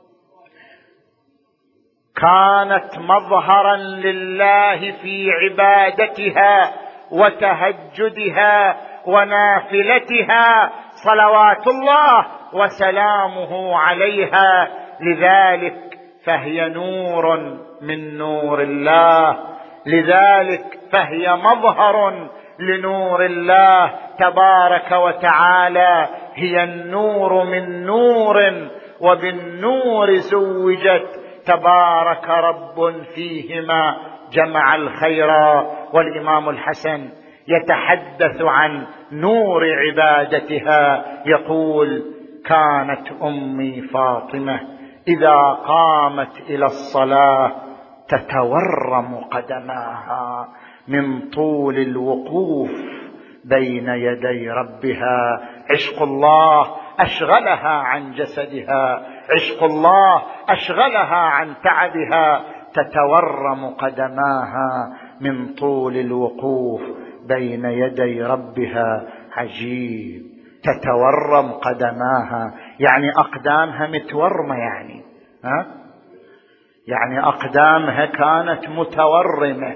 كانت مظهرا لله في عبادتها وتهجدها ونافلتها صلوات الله وسلامه عليها، لذلك فهي نور من نور الله، لذلك فهي مظهر لنور الله تبارك وتعالى. هي النور من نور، وبالنور زوجت، تبارك رب فيهما جمع الخير. والإمام الحسن يتحدث عن نور عبادتها يقول: كانت أمي فاطمة إذا قامت إلى الصلاة تتورم قدماها من طول الوقوف بين يدي ربها. عشق الله أشغلها عن جسدها، عشق الله أشغلها عن تعبها، تتورم قدماها من طول الوقوف بين يدي ربها. عجيب، تتورم قدماها يعني أقدامها متورمة، يعني ها؟ يعني أقدامها كانت متورمة.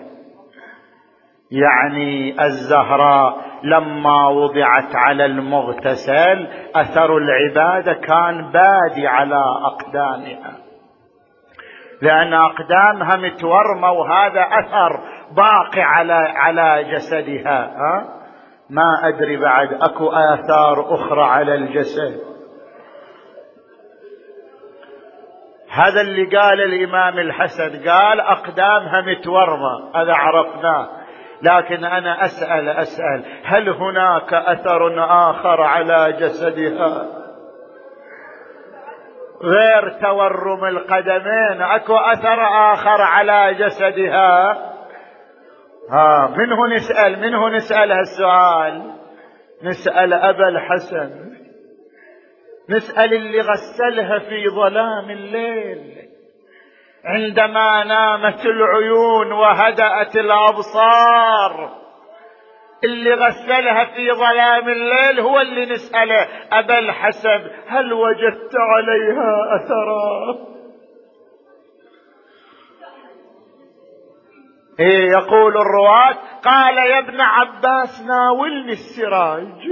يعني الزهراء لما وضعت على المغتسل أثر العبادة كان بادي على أقدامها، لأن أقدامها متورمة، وهذا أثر باقي على على جسدها. ها؟ ما أدري بعد أكو آثار أخرى على الجسد. هذا اللي قال الإمام الحسن، قال أقدامها متورمة، هذا عرفناه، لكن أنا أسأل أسأل هل هناك أثر آخر على جسدها غير تورم القدمين؟ أكو أثر آخر على جسدها؟ ها، منه نسأل منه نسأل هالسؤال؟ نسأل أبا الحسن، نسأل اللي غسلها في ظلام الليل عندما نامت العيون وهدأت الأبصار. اللي غسلها في ظلام الليل هو اللي نسأله: أبا الحسن هل وجدت عليها أثرا؟ إيه يقول الرواة: قال يا ابن عباس ناولني السراج،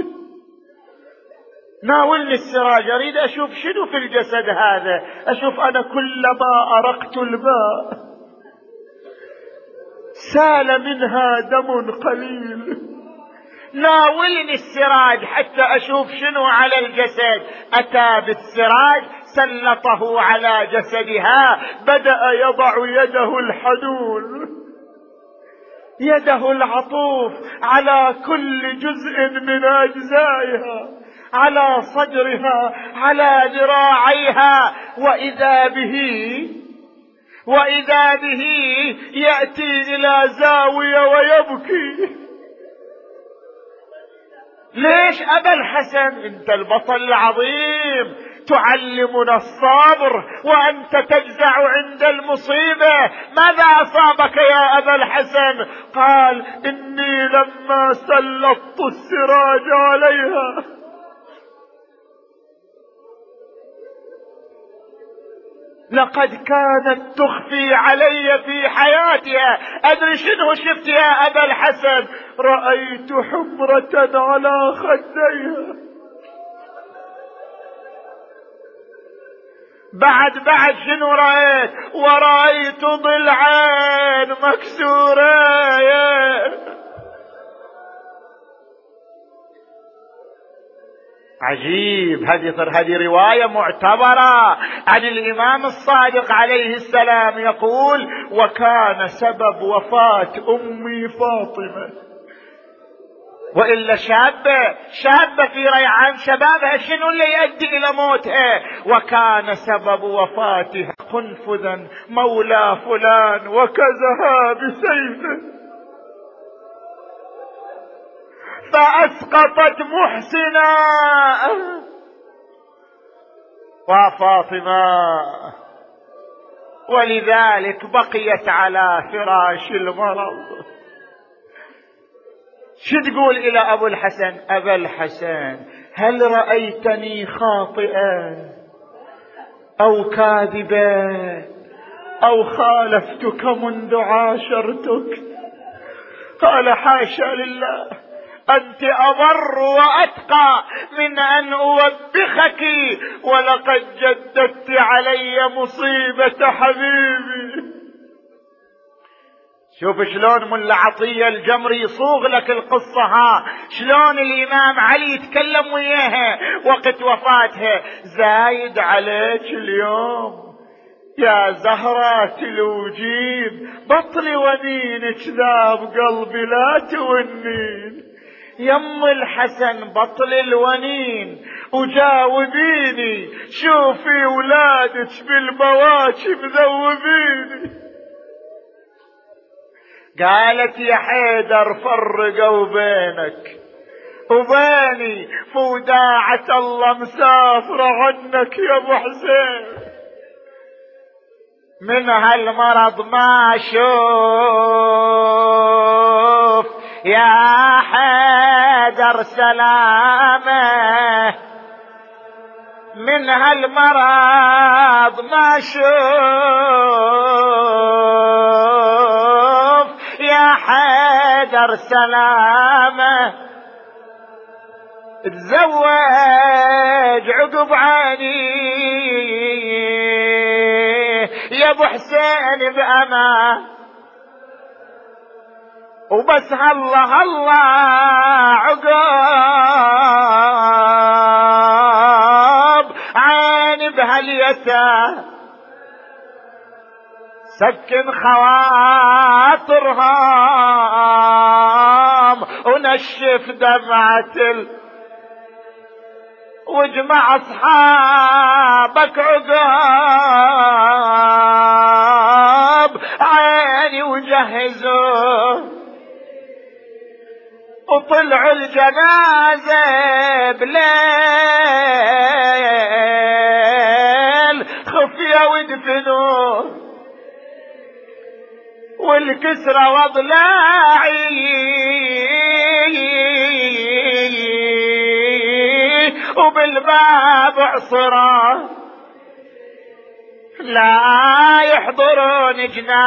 ناولني السراج، أريد أشوف شنو في الجسد هذا، أشوف أنا كلما أرقت الماء سال منها دم قليل، ناولني السراج حتى أشوف شنو على الجسد. أتى بالسراج سلطه على جسدها، بدأ يضع يده الحنون، يده العطوف على كل جزء من أجزائها، على صدرها، على ذراعيها، وإذا به وإذا به يأتي إلى زاوية ويبكي. ليش أبا الحسن؟ أنت البطل العظيم، تعلمنا الصبر وأنت تجزع عند المصيبة. ماذا أصابك يا أبا الحسن؟ قال: إني لما سلطت السراج عليها لقد كانت تخفي علي في حياتها. أدري شنو شفت يا أبا الحسن؟ رأيت حمرة على خديها. بعد بعد شنو رأيت؟ ورأيت ضلعين مكسورين. عجيب، هذه هذه رواية معتبرة عن الإمام الصادق عليه السلام، يقول: وكان سبب وفاة أمي فاطمة، وإلا شابة شابة في ريعان شبابها، شنو اللي يؤدي إلى موتها؟ وكان سبب وفاتها خنفذا مولى فلان وكزها بسيفه فأسقطت محسنا. وفاطمة ولذلك بقيت على فراش المرض. شو تقول إلى أبو الحسن؟ أبا الحسن، هل رأيتني خاطئا أو كاذبا أو خالفتك منذ عاشرتك؟ قال حاشا لله، أنت أبر وأتقى من أن أوبخك، ولقد جددت علي مصيبة حبيبي. شوف شلون ملا عطية الجمري يصوغ لك القصة، ها شلون الإمام علي يتكلم وياها وقت وفاتها. زايد عليك اليوم يا زهرة الوجيب، بطلي ونينك ذاب قلبي لا تونين. يم الحسن بطل الونين وجاوبيني، شوفي ولادك بالبواكب ذوبيني. قالت يا حيدر فرقوا بينك وبيني، فوداعة الله مسافرة عنك يا ابو حسين. من هالمرض ما شوف يا حيدر سلامه، من هالمرض ما شوف يا حيدر سلامه. تزوج عقب عيني يا ابو حسين بأمان، وبس هالله هالله عقب عيني بهاليتام، سكن خواطرهم ونشف دمعة ال... واجمع اصحابك عقاب عيني وجهزوا، وطلعوا الجنازة بليل خفية ودفنوه، والكسرة وضلاعي وبالباب عصرة، لا يحضرون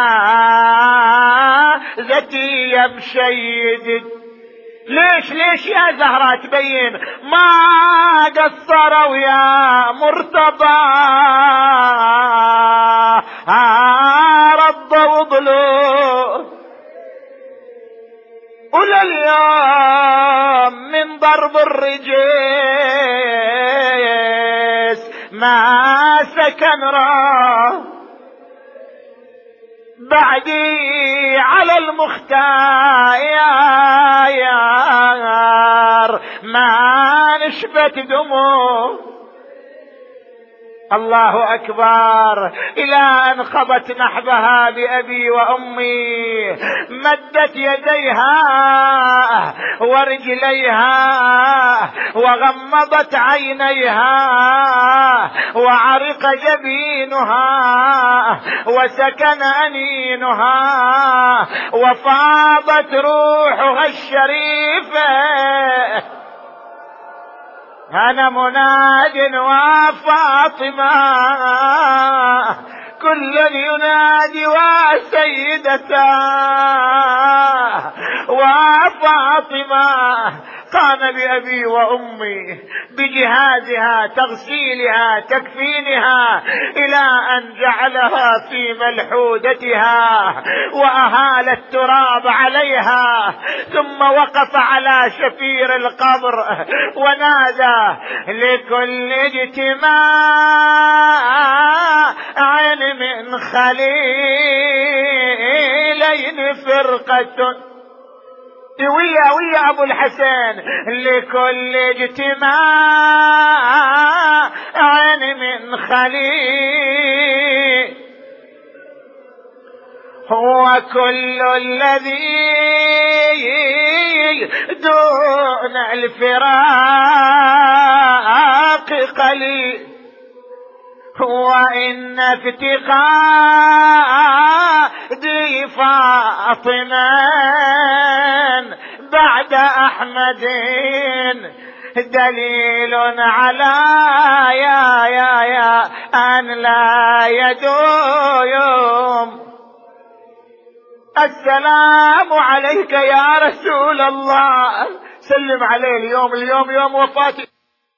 جنازتي يا مشيد. ليش ليش يا زهرة تبين ما قصروا يا مرتضى، رضوا وضلوا ولليوم من ضرب الرجيس ما سكن راه، بعدي على المختار ما نشفت دموع. الله أكبر، إلى أن خضت نحبها بأبي وأمي، مدت يديها ورجليها وغمضت عينيها وعرق جبينها وسكن أنينها وفاضت روحها الشريفة. أنا مناد وفاطمة كل ينادي وسيدتا وفاطمة قام بأبي وأمي بجهازها تغسيلها تكفينها إلى أن جعلها في ملحودتها وأهال التراب عليها، ثم وقف على شفير القبر ونادى لكل اجتماع من خليلين فرقة ويا ويا ابو الحسن، لكل اجتماع من خليل هو كل الذي دون الفراق قليل، وإن افتقادي فاطمة بعد أحمد دليل على يا يا يا أن لا يدوم. السلام عليك يا رسول الله، سلم عليه اليوم، اليوم يوم وفاتي.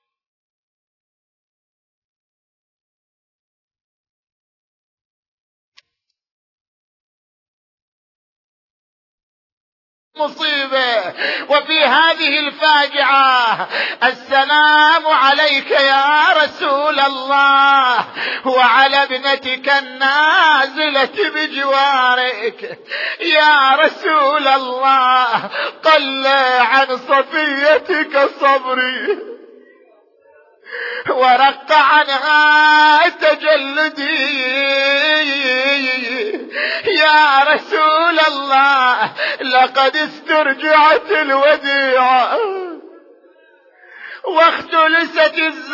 مصيبة وفي هذه الفاجعة السلام عليك يا رسول الله وعلى ابنتك النازلة بجوارك. يا رسول الله قل عن صفيتك صبري ورق عنها تجلدي. يا رسول الله لقد استرجعت الوديعة واختلست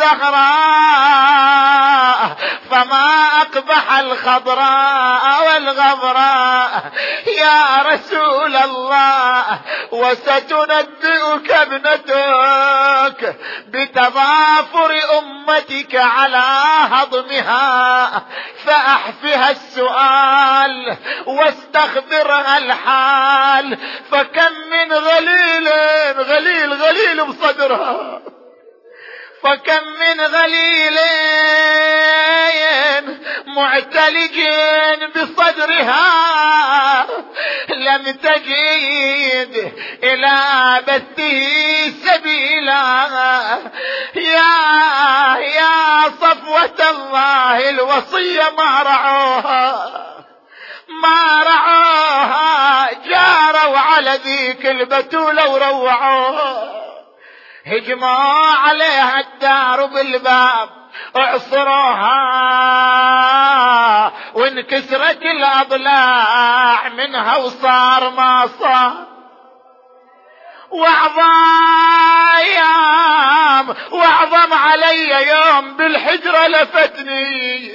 الزهراء، فما أقبح الخضراء والغبراء. يا رسول الله وستنبئك ابنتك بتضافر أمتك على هضمها، فأحفها السؤال واستخبرها الحال، فكم من غليل غليل غليل بصدرها، فكم من غليل معتلج بصدرها لم تجد إلى بثه سبيلا. يا يا صفوة الله الوصية ما رعوها ما رعوها، جاروا على ذيك البتولة وروعوها، هجموا عليها الدار بالباب، اعصروها وانكسرت الأضلاع منها وصار ما صار. وعظام وعظم علي يوم بالحجرة لفتني،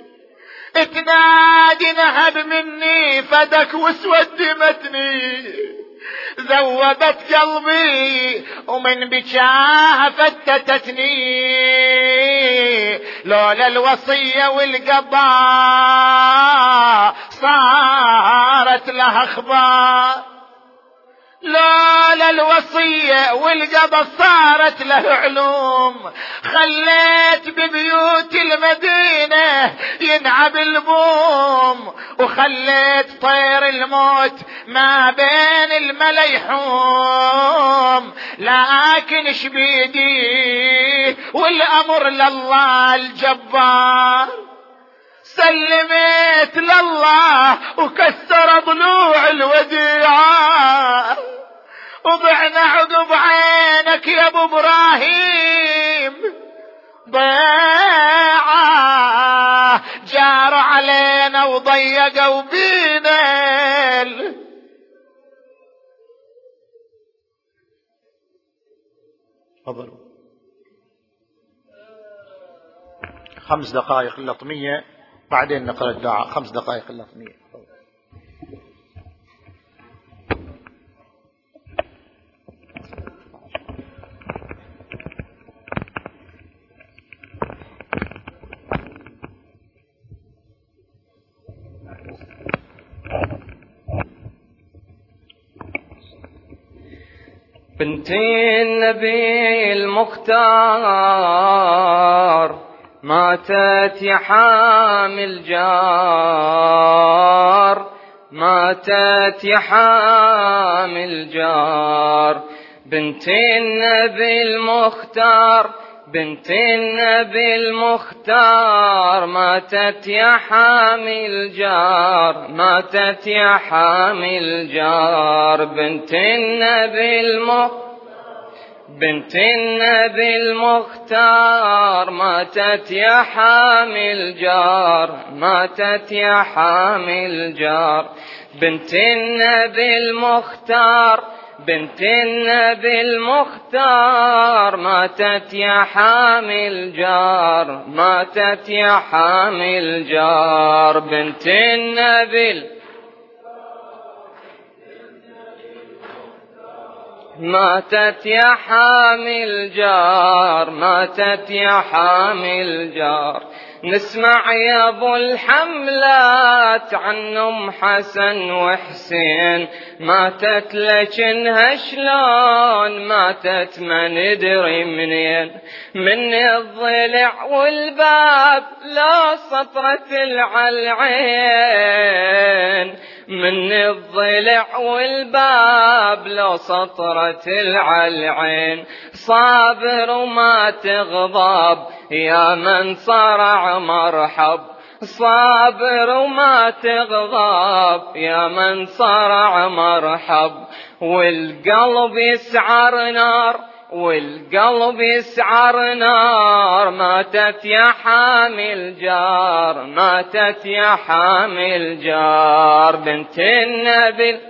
اتنادي نهب مني فدك واسود متني، ذوبت قلبي ومن بكاها فتتتني، لولا الوصية والقضاء صارت لها اخبار، لولا الوصية والقضاء صارت له علوم. خليت ببيوت المدينة ينعب البوم، وخليت طير الموت ما بين المليحوم، لكن شبيدي والأمر لله الجبار. سلمت لله وكسر ضلوع الوديعة، وضعنا عقب عينك يا ابو ابراهيم ضيعة، جاروا علينا وضيقوا بينا. تفضلوا. خمس دقائق اللطمية بعدين نقرأ الدعاء. خمس دقائق اللطمية. بنت النبي المختار ماتت يا حامل جار، ماتت يا حامل جار. بنت النبي المختار بنت النبي المختار ماتت يا حامل جار، ماتت يا حامل جار. بنت النبي المختار بنت النبي المختار ماتت يا حامل جار، ماتت يا حامل جار. بنت النبي المختار، بنت النبي المختار ماتت يا حامل جار، ماتت يا حامل جار. بنت النبي ماتت يا حامل جار، ماتت يا حامل جار. نسمع يا ابو الحملات عن ام حسن وحسين، ماتت لكنها شلون ماتت ما ندري منين. من الضلع والباب لا سطرت العين، من الضلع والباب لو سطرت العين. صابر وما تغضب يا من صرع مرحب، صابر وما تغضب يا من صرع مرحب. والقلب يسعر نار، والقلب يسعر نار. ماتت يا حامل جار، ماتت يا حامل جار. بنت النبي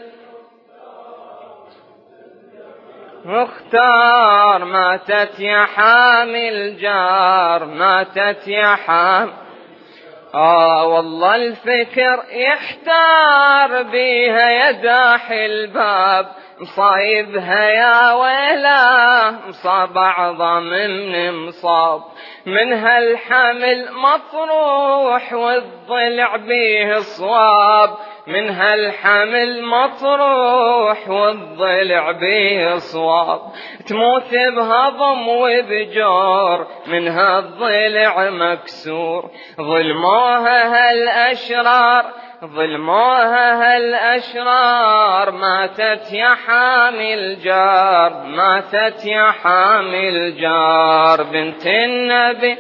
مختار ماتت يا حامل جار، ماتت يا حامل. آه والله الفكر يحتار بيها يا داحي الباب، مصايبها يا ويله مصاب أعظم من مصاب. من هالحمل مطروح والضلع بيه صواب، من هالحمل مطروح والضلع بيه صواب. تموت بهضم وبجور من هالضلع مكسور. ظلموها هالأشرار، ظلموها هالأشرار. ماتت يا حامل جار، ماتت يا حامل جار. بنت النبي،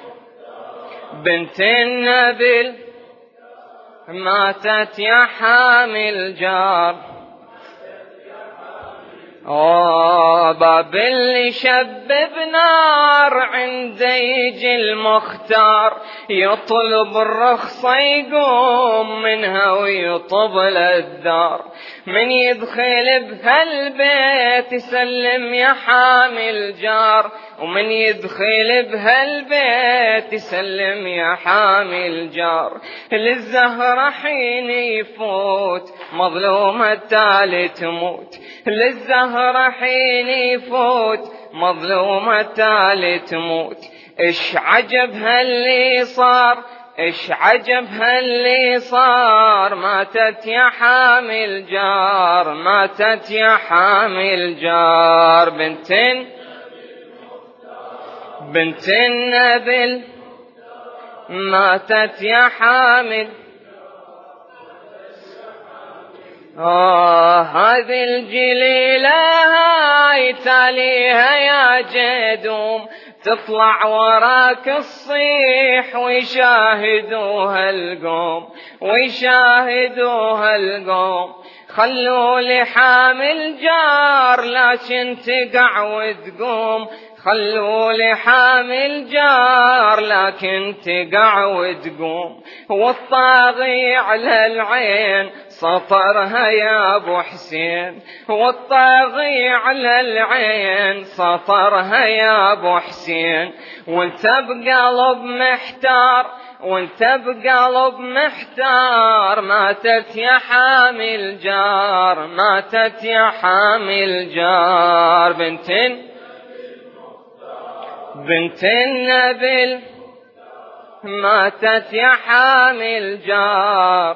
بنت النبي ماتت يا حامل جار. آه باب اللي شبب نار عنده يجي المختار، يطلب الرخصة يقوم منها ويطب للدار. من يدخل بهالبيت يسلم يا حامل جار، ومن يدخل بهالبيت يسلم يا حامل جار. للزهرة حين يفوت مظلومة التالي تموت، للزهرة حين يفوت مظلومة التالي تموت. إيش عجب هاللي صار، إيش عجب هاللي صار. ماتت يا حامل جار، ماتت يا حامل جار. بنت بنت النبي ماتت يا حامل. آه هذه الجليلة هاي تاليها يا جدوم، تطلع وراك الصيح ويشاهدوها القوم، ويشاهدوها القوم. خلوا لي حامل جار لكن تقع وتقوم، خلوا لي حامل جار لكن تقع وتقوم. والطاغي على العين سطرها يا ابو حسين، والطاغي على العين سطرها يا ابو حسين. وانت بقلب محتار، وانت بقلب محتار. ماتت يا حامل جار، ماتت يا حامل جار. بنت بنت النبي ماتت يا حامل جار.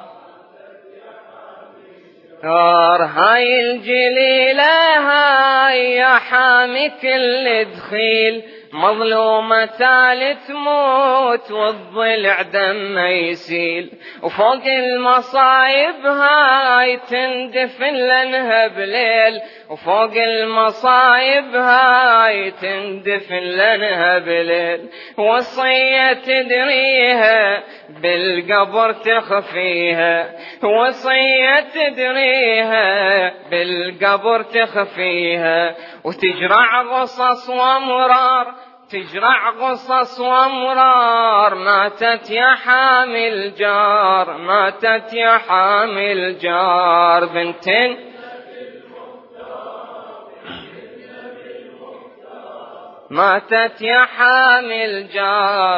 هاي الجليلة هاي يا حامي كل دخيل، مظلومة تالي تموت والضلع دم يسيل، وفوق المصايب هاي تندفن لنها بليل، وفوق المصايب هاي تندفن لنها بليل. وصية تدريها بالقبر تخفيها، وصية تدريها بالقبر تخفيها، وتجرع غصص وامرار، تجرع غصص وامرار. ماتت يا حامل جار، ماتت يا حامل جار. بنتين ماتت يا حامل جار،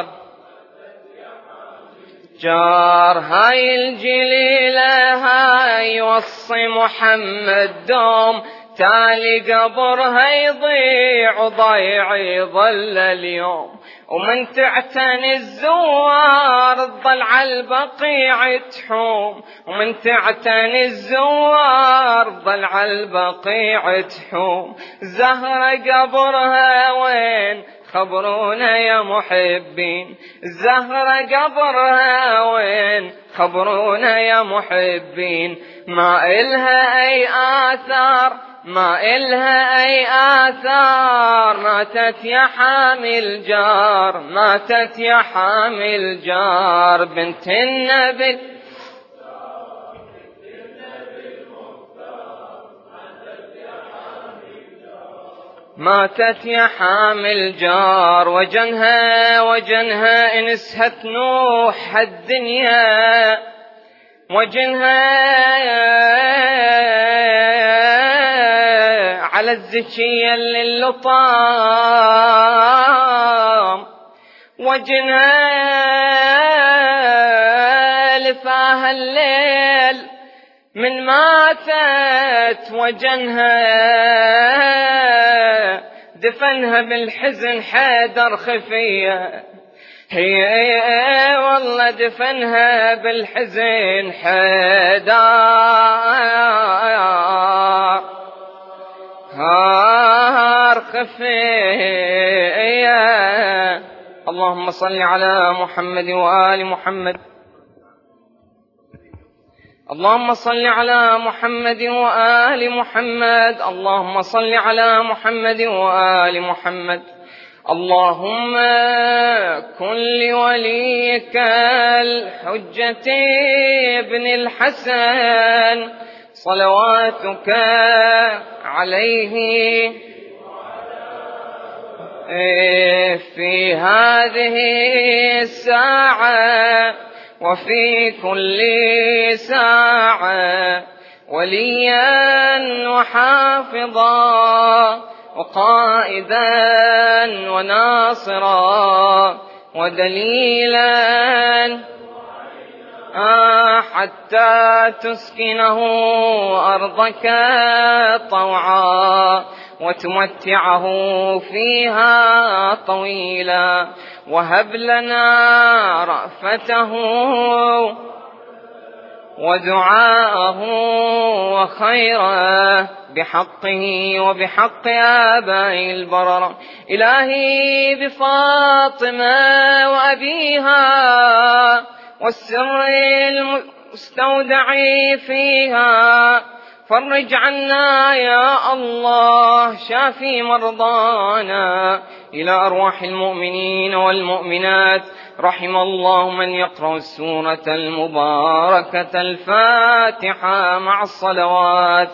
جار. هاي الجليلة هاي وصي محمد دوم، تالي قبرها يضيع وضيع يظل اليوم. ومن تعتني الزوار تظل عالبقيع تحوم، ومن تعتني الزوار تظل عالبقيع تحوم. زهرة قبرها وين خبرونا يا محبين، زهرة قبرها وين خبرونا يا محبين. ما إلها أي آثار، ما إلها أي آثار. ماتت يا حامل جار، ماتت يا حامل جار. بنت النبي ماتت يا حامل جار. وجنها وجنها إن اسهت نوح الدنيا، وجنها على الزكية للطام، وجنها لفاها الليل من ماتت. وجنها دفنها بالحزن حيدر خفية، هي والله دفنها بالحزن حيدر هار خفية. اللهم صل على محمد وآل محمد، اللهم صل على محمد وآل محمد، اللهم صل على محمد وآل محمد. اللهم كن لوليك الحجة ابن الحسن صلواتك عليه في هذه الساعة وفي كل ساعة، وليا وحافظا وقائدا وناصرا ودليلا، آه حتى تسكنه أرضك طوعا وتمتعه فيها طويلا، وهب لنا رأفته ودعاءه وخيره بحقه وبحق آبائه البررة. إلهي بفاطمة وأبيها والسر المستودع فيها فرج عنا يا الله، شافي مرضانا. إلى أرواح المؤمنين والمؤمنات، رحم الله من يقرأ السورة المباركة الفاتحة مع الصلوات.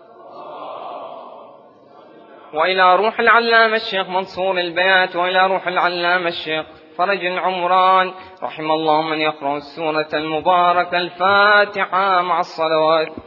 وإلى روح العلامة الشيخ منصور البيات، وإلى روح العلامة الشيخ فرج العمران، رحم الله من يقرأ السورة المباركة الفاتحة مع الصلوات.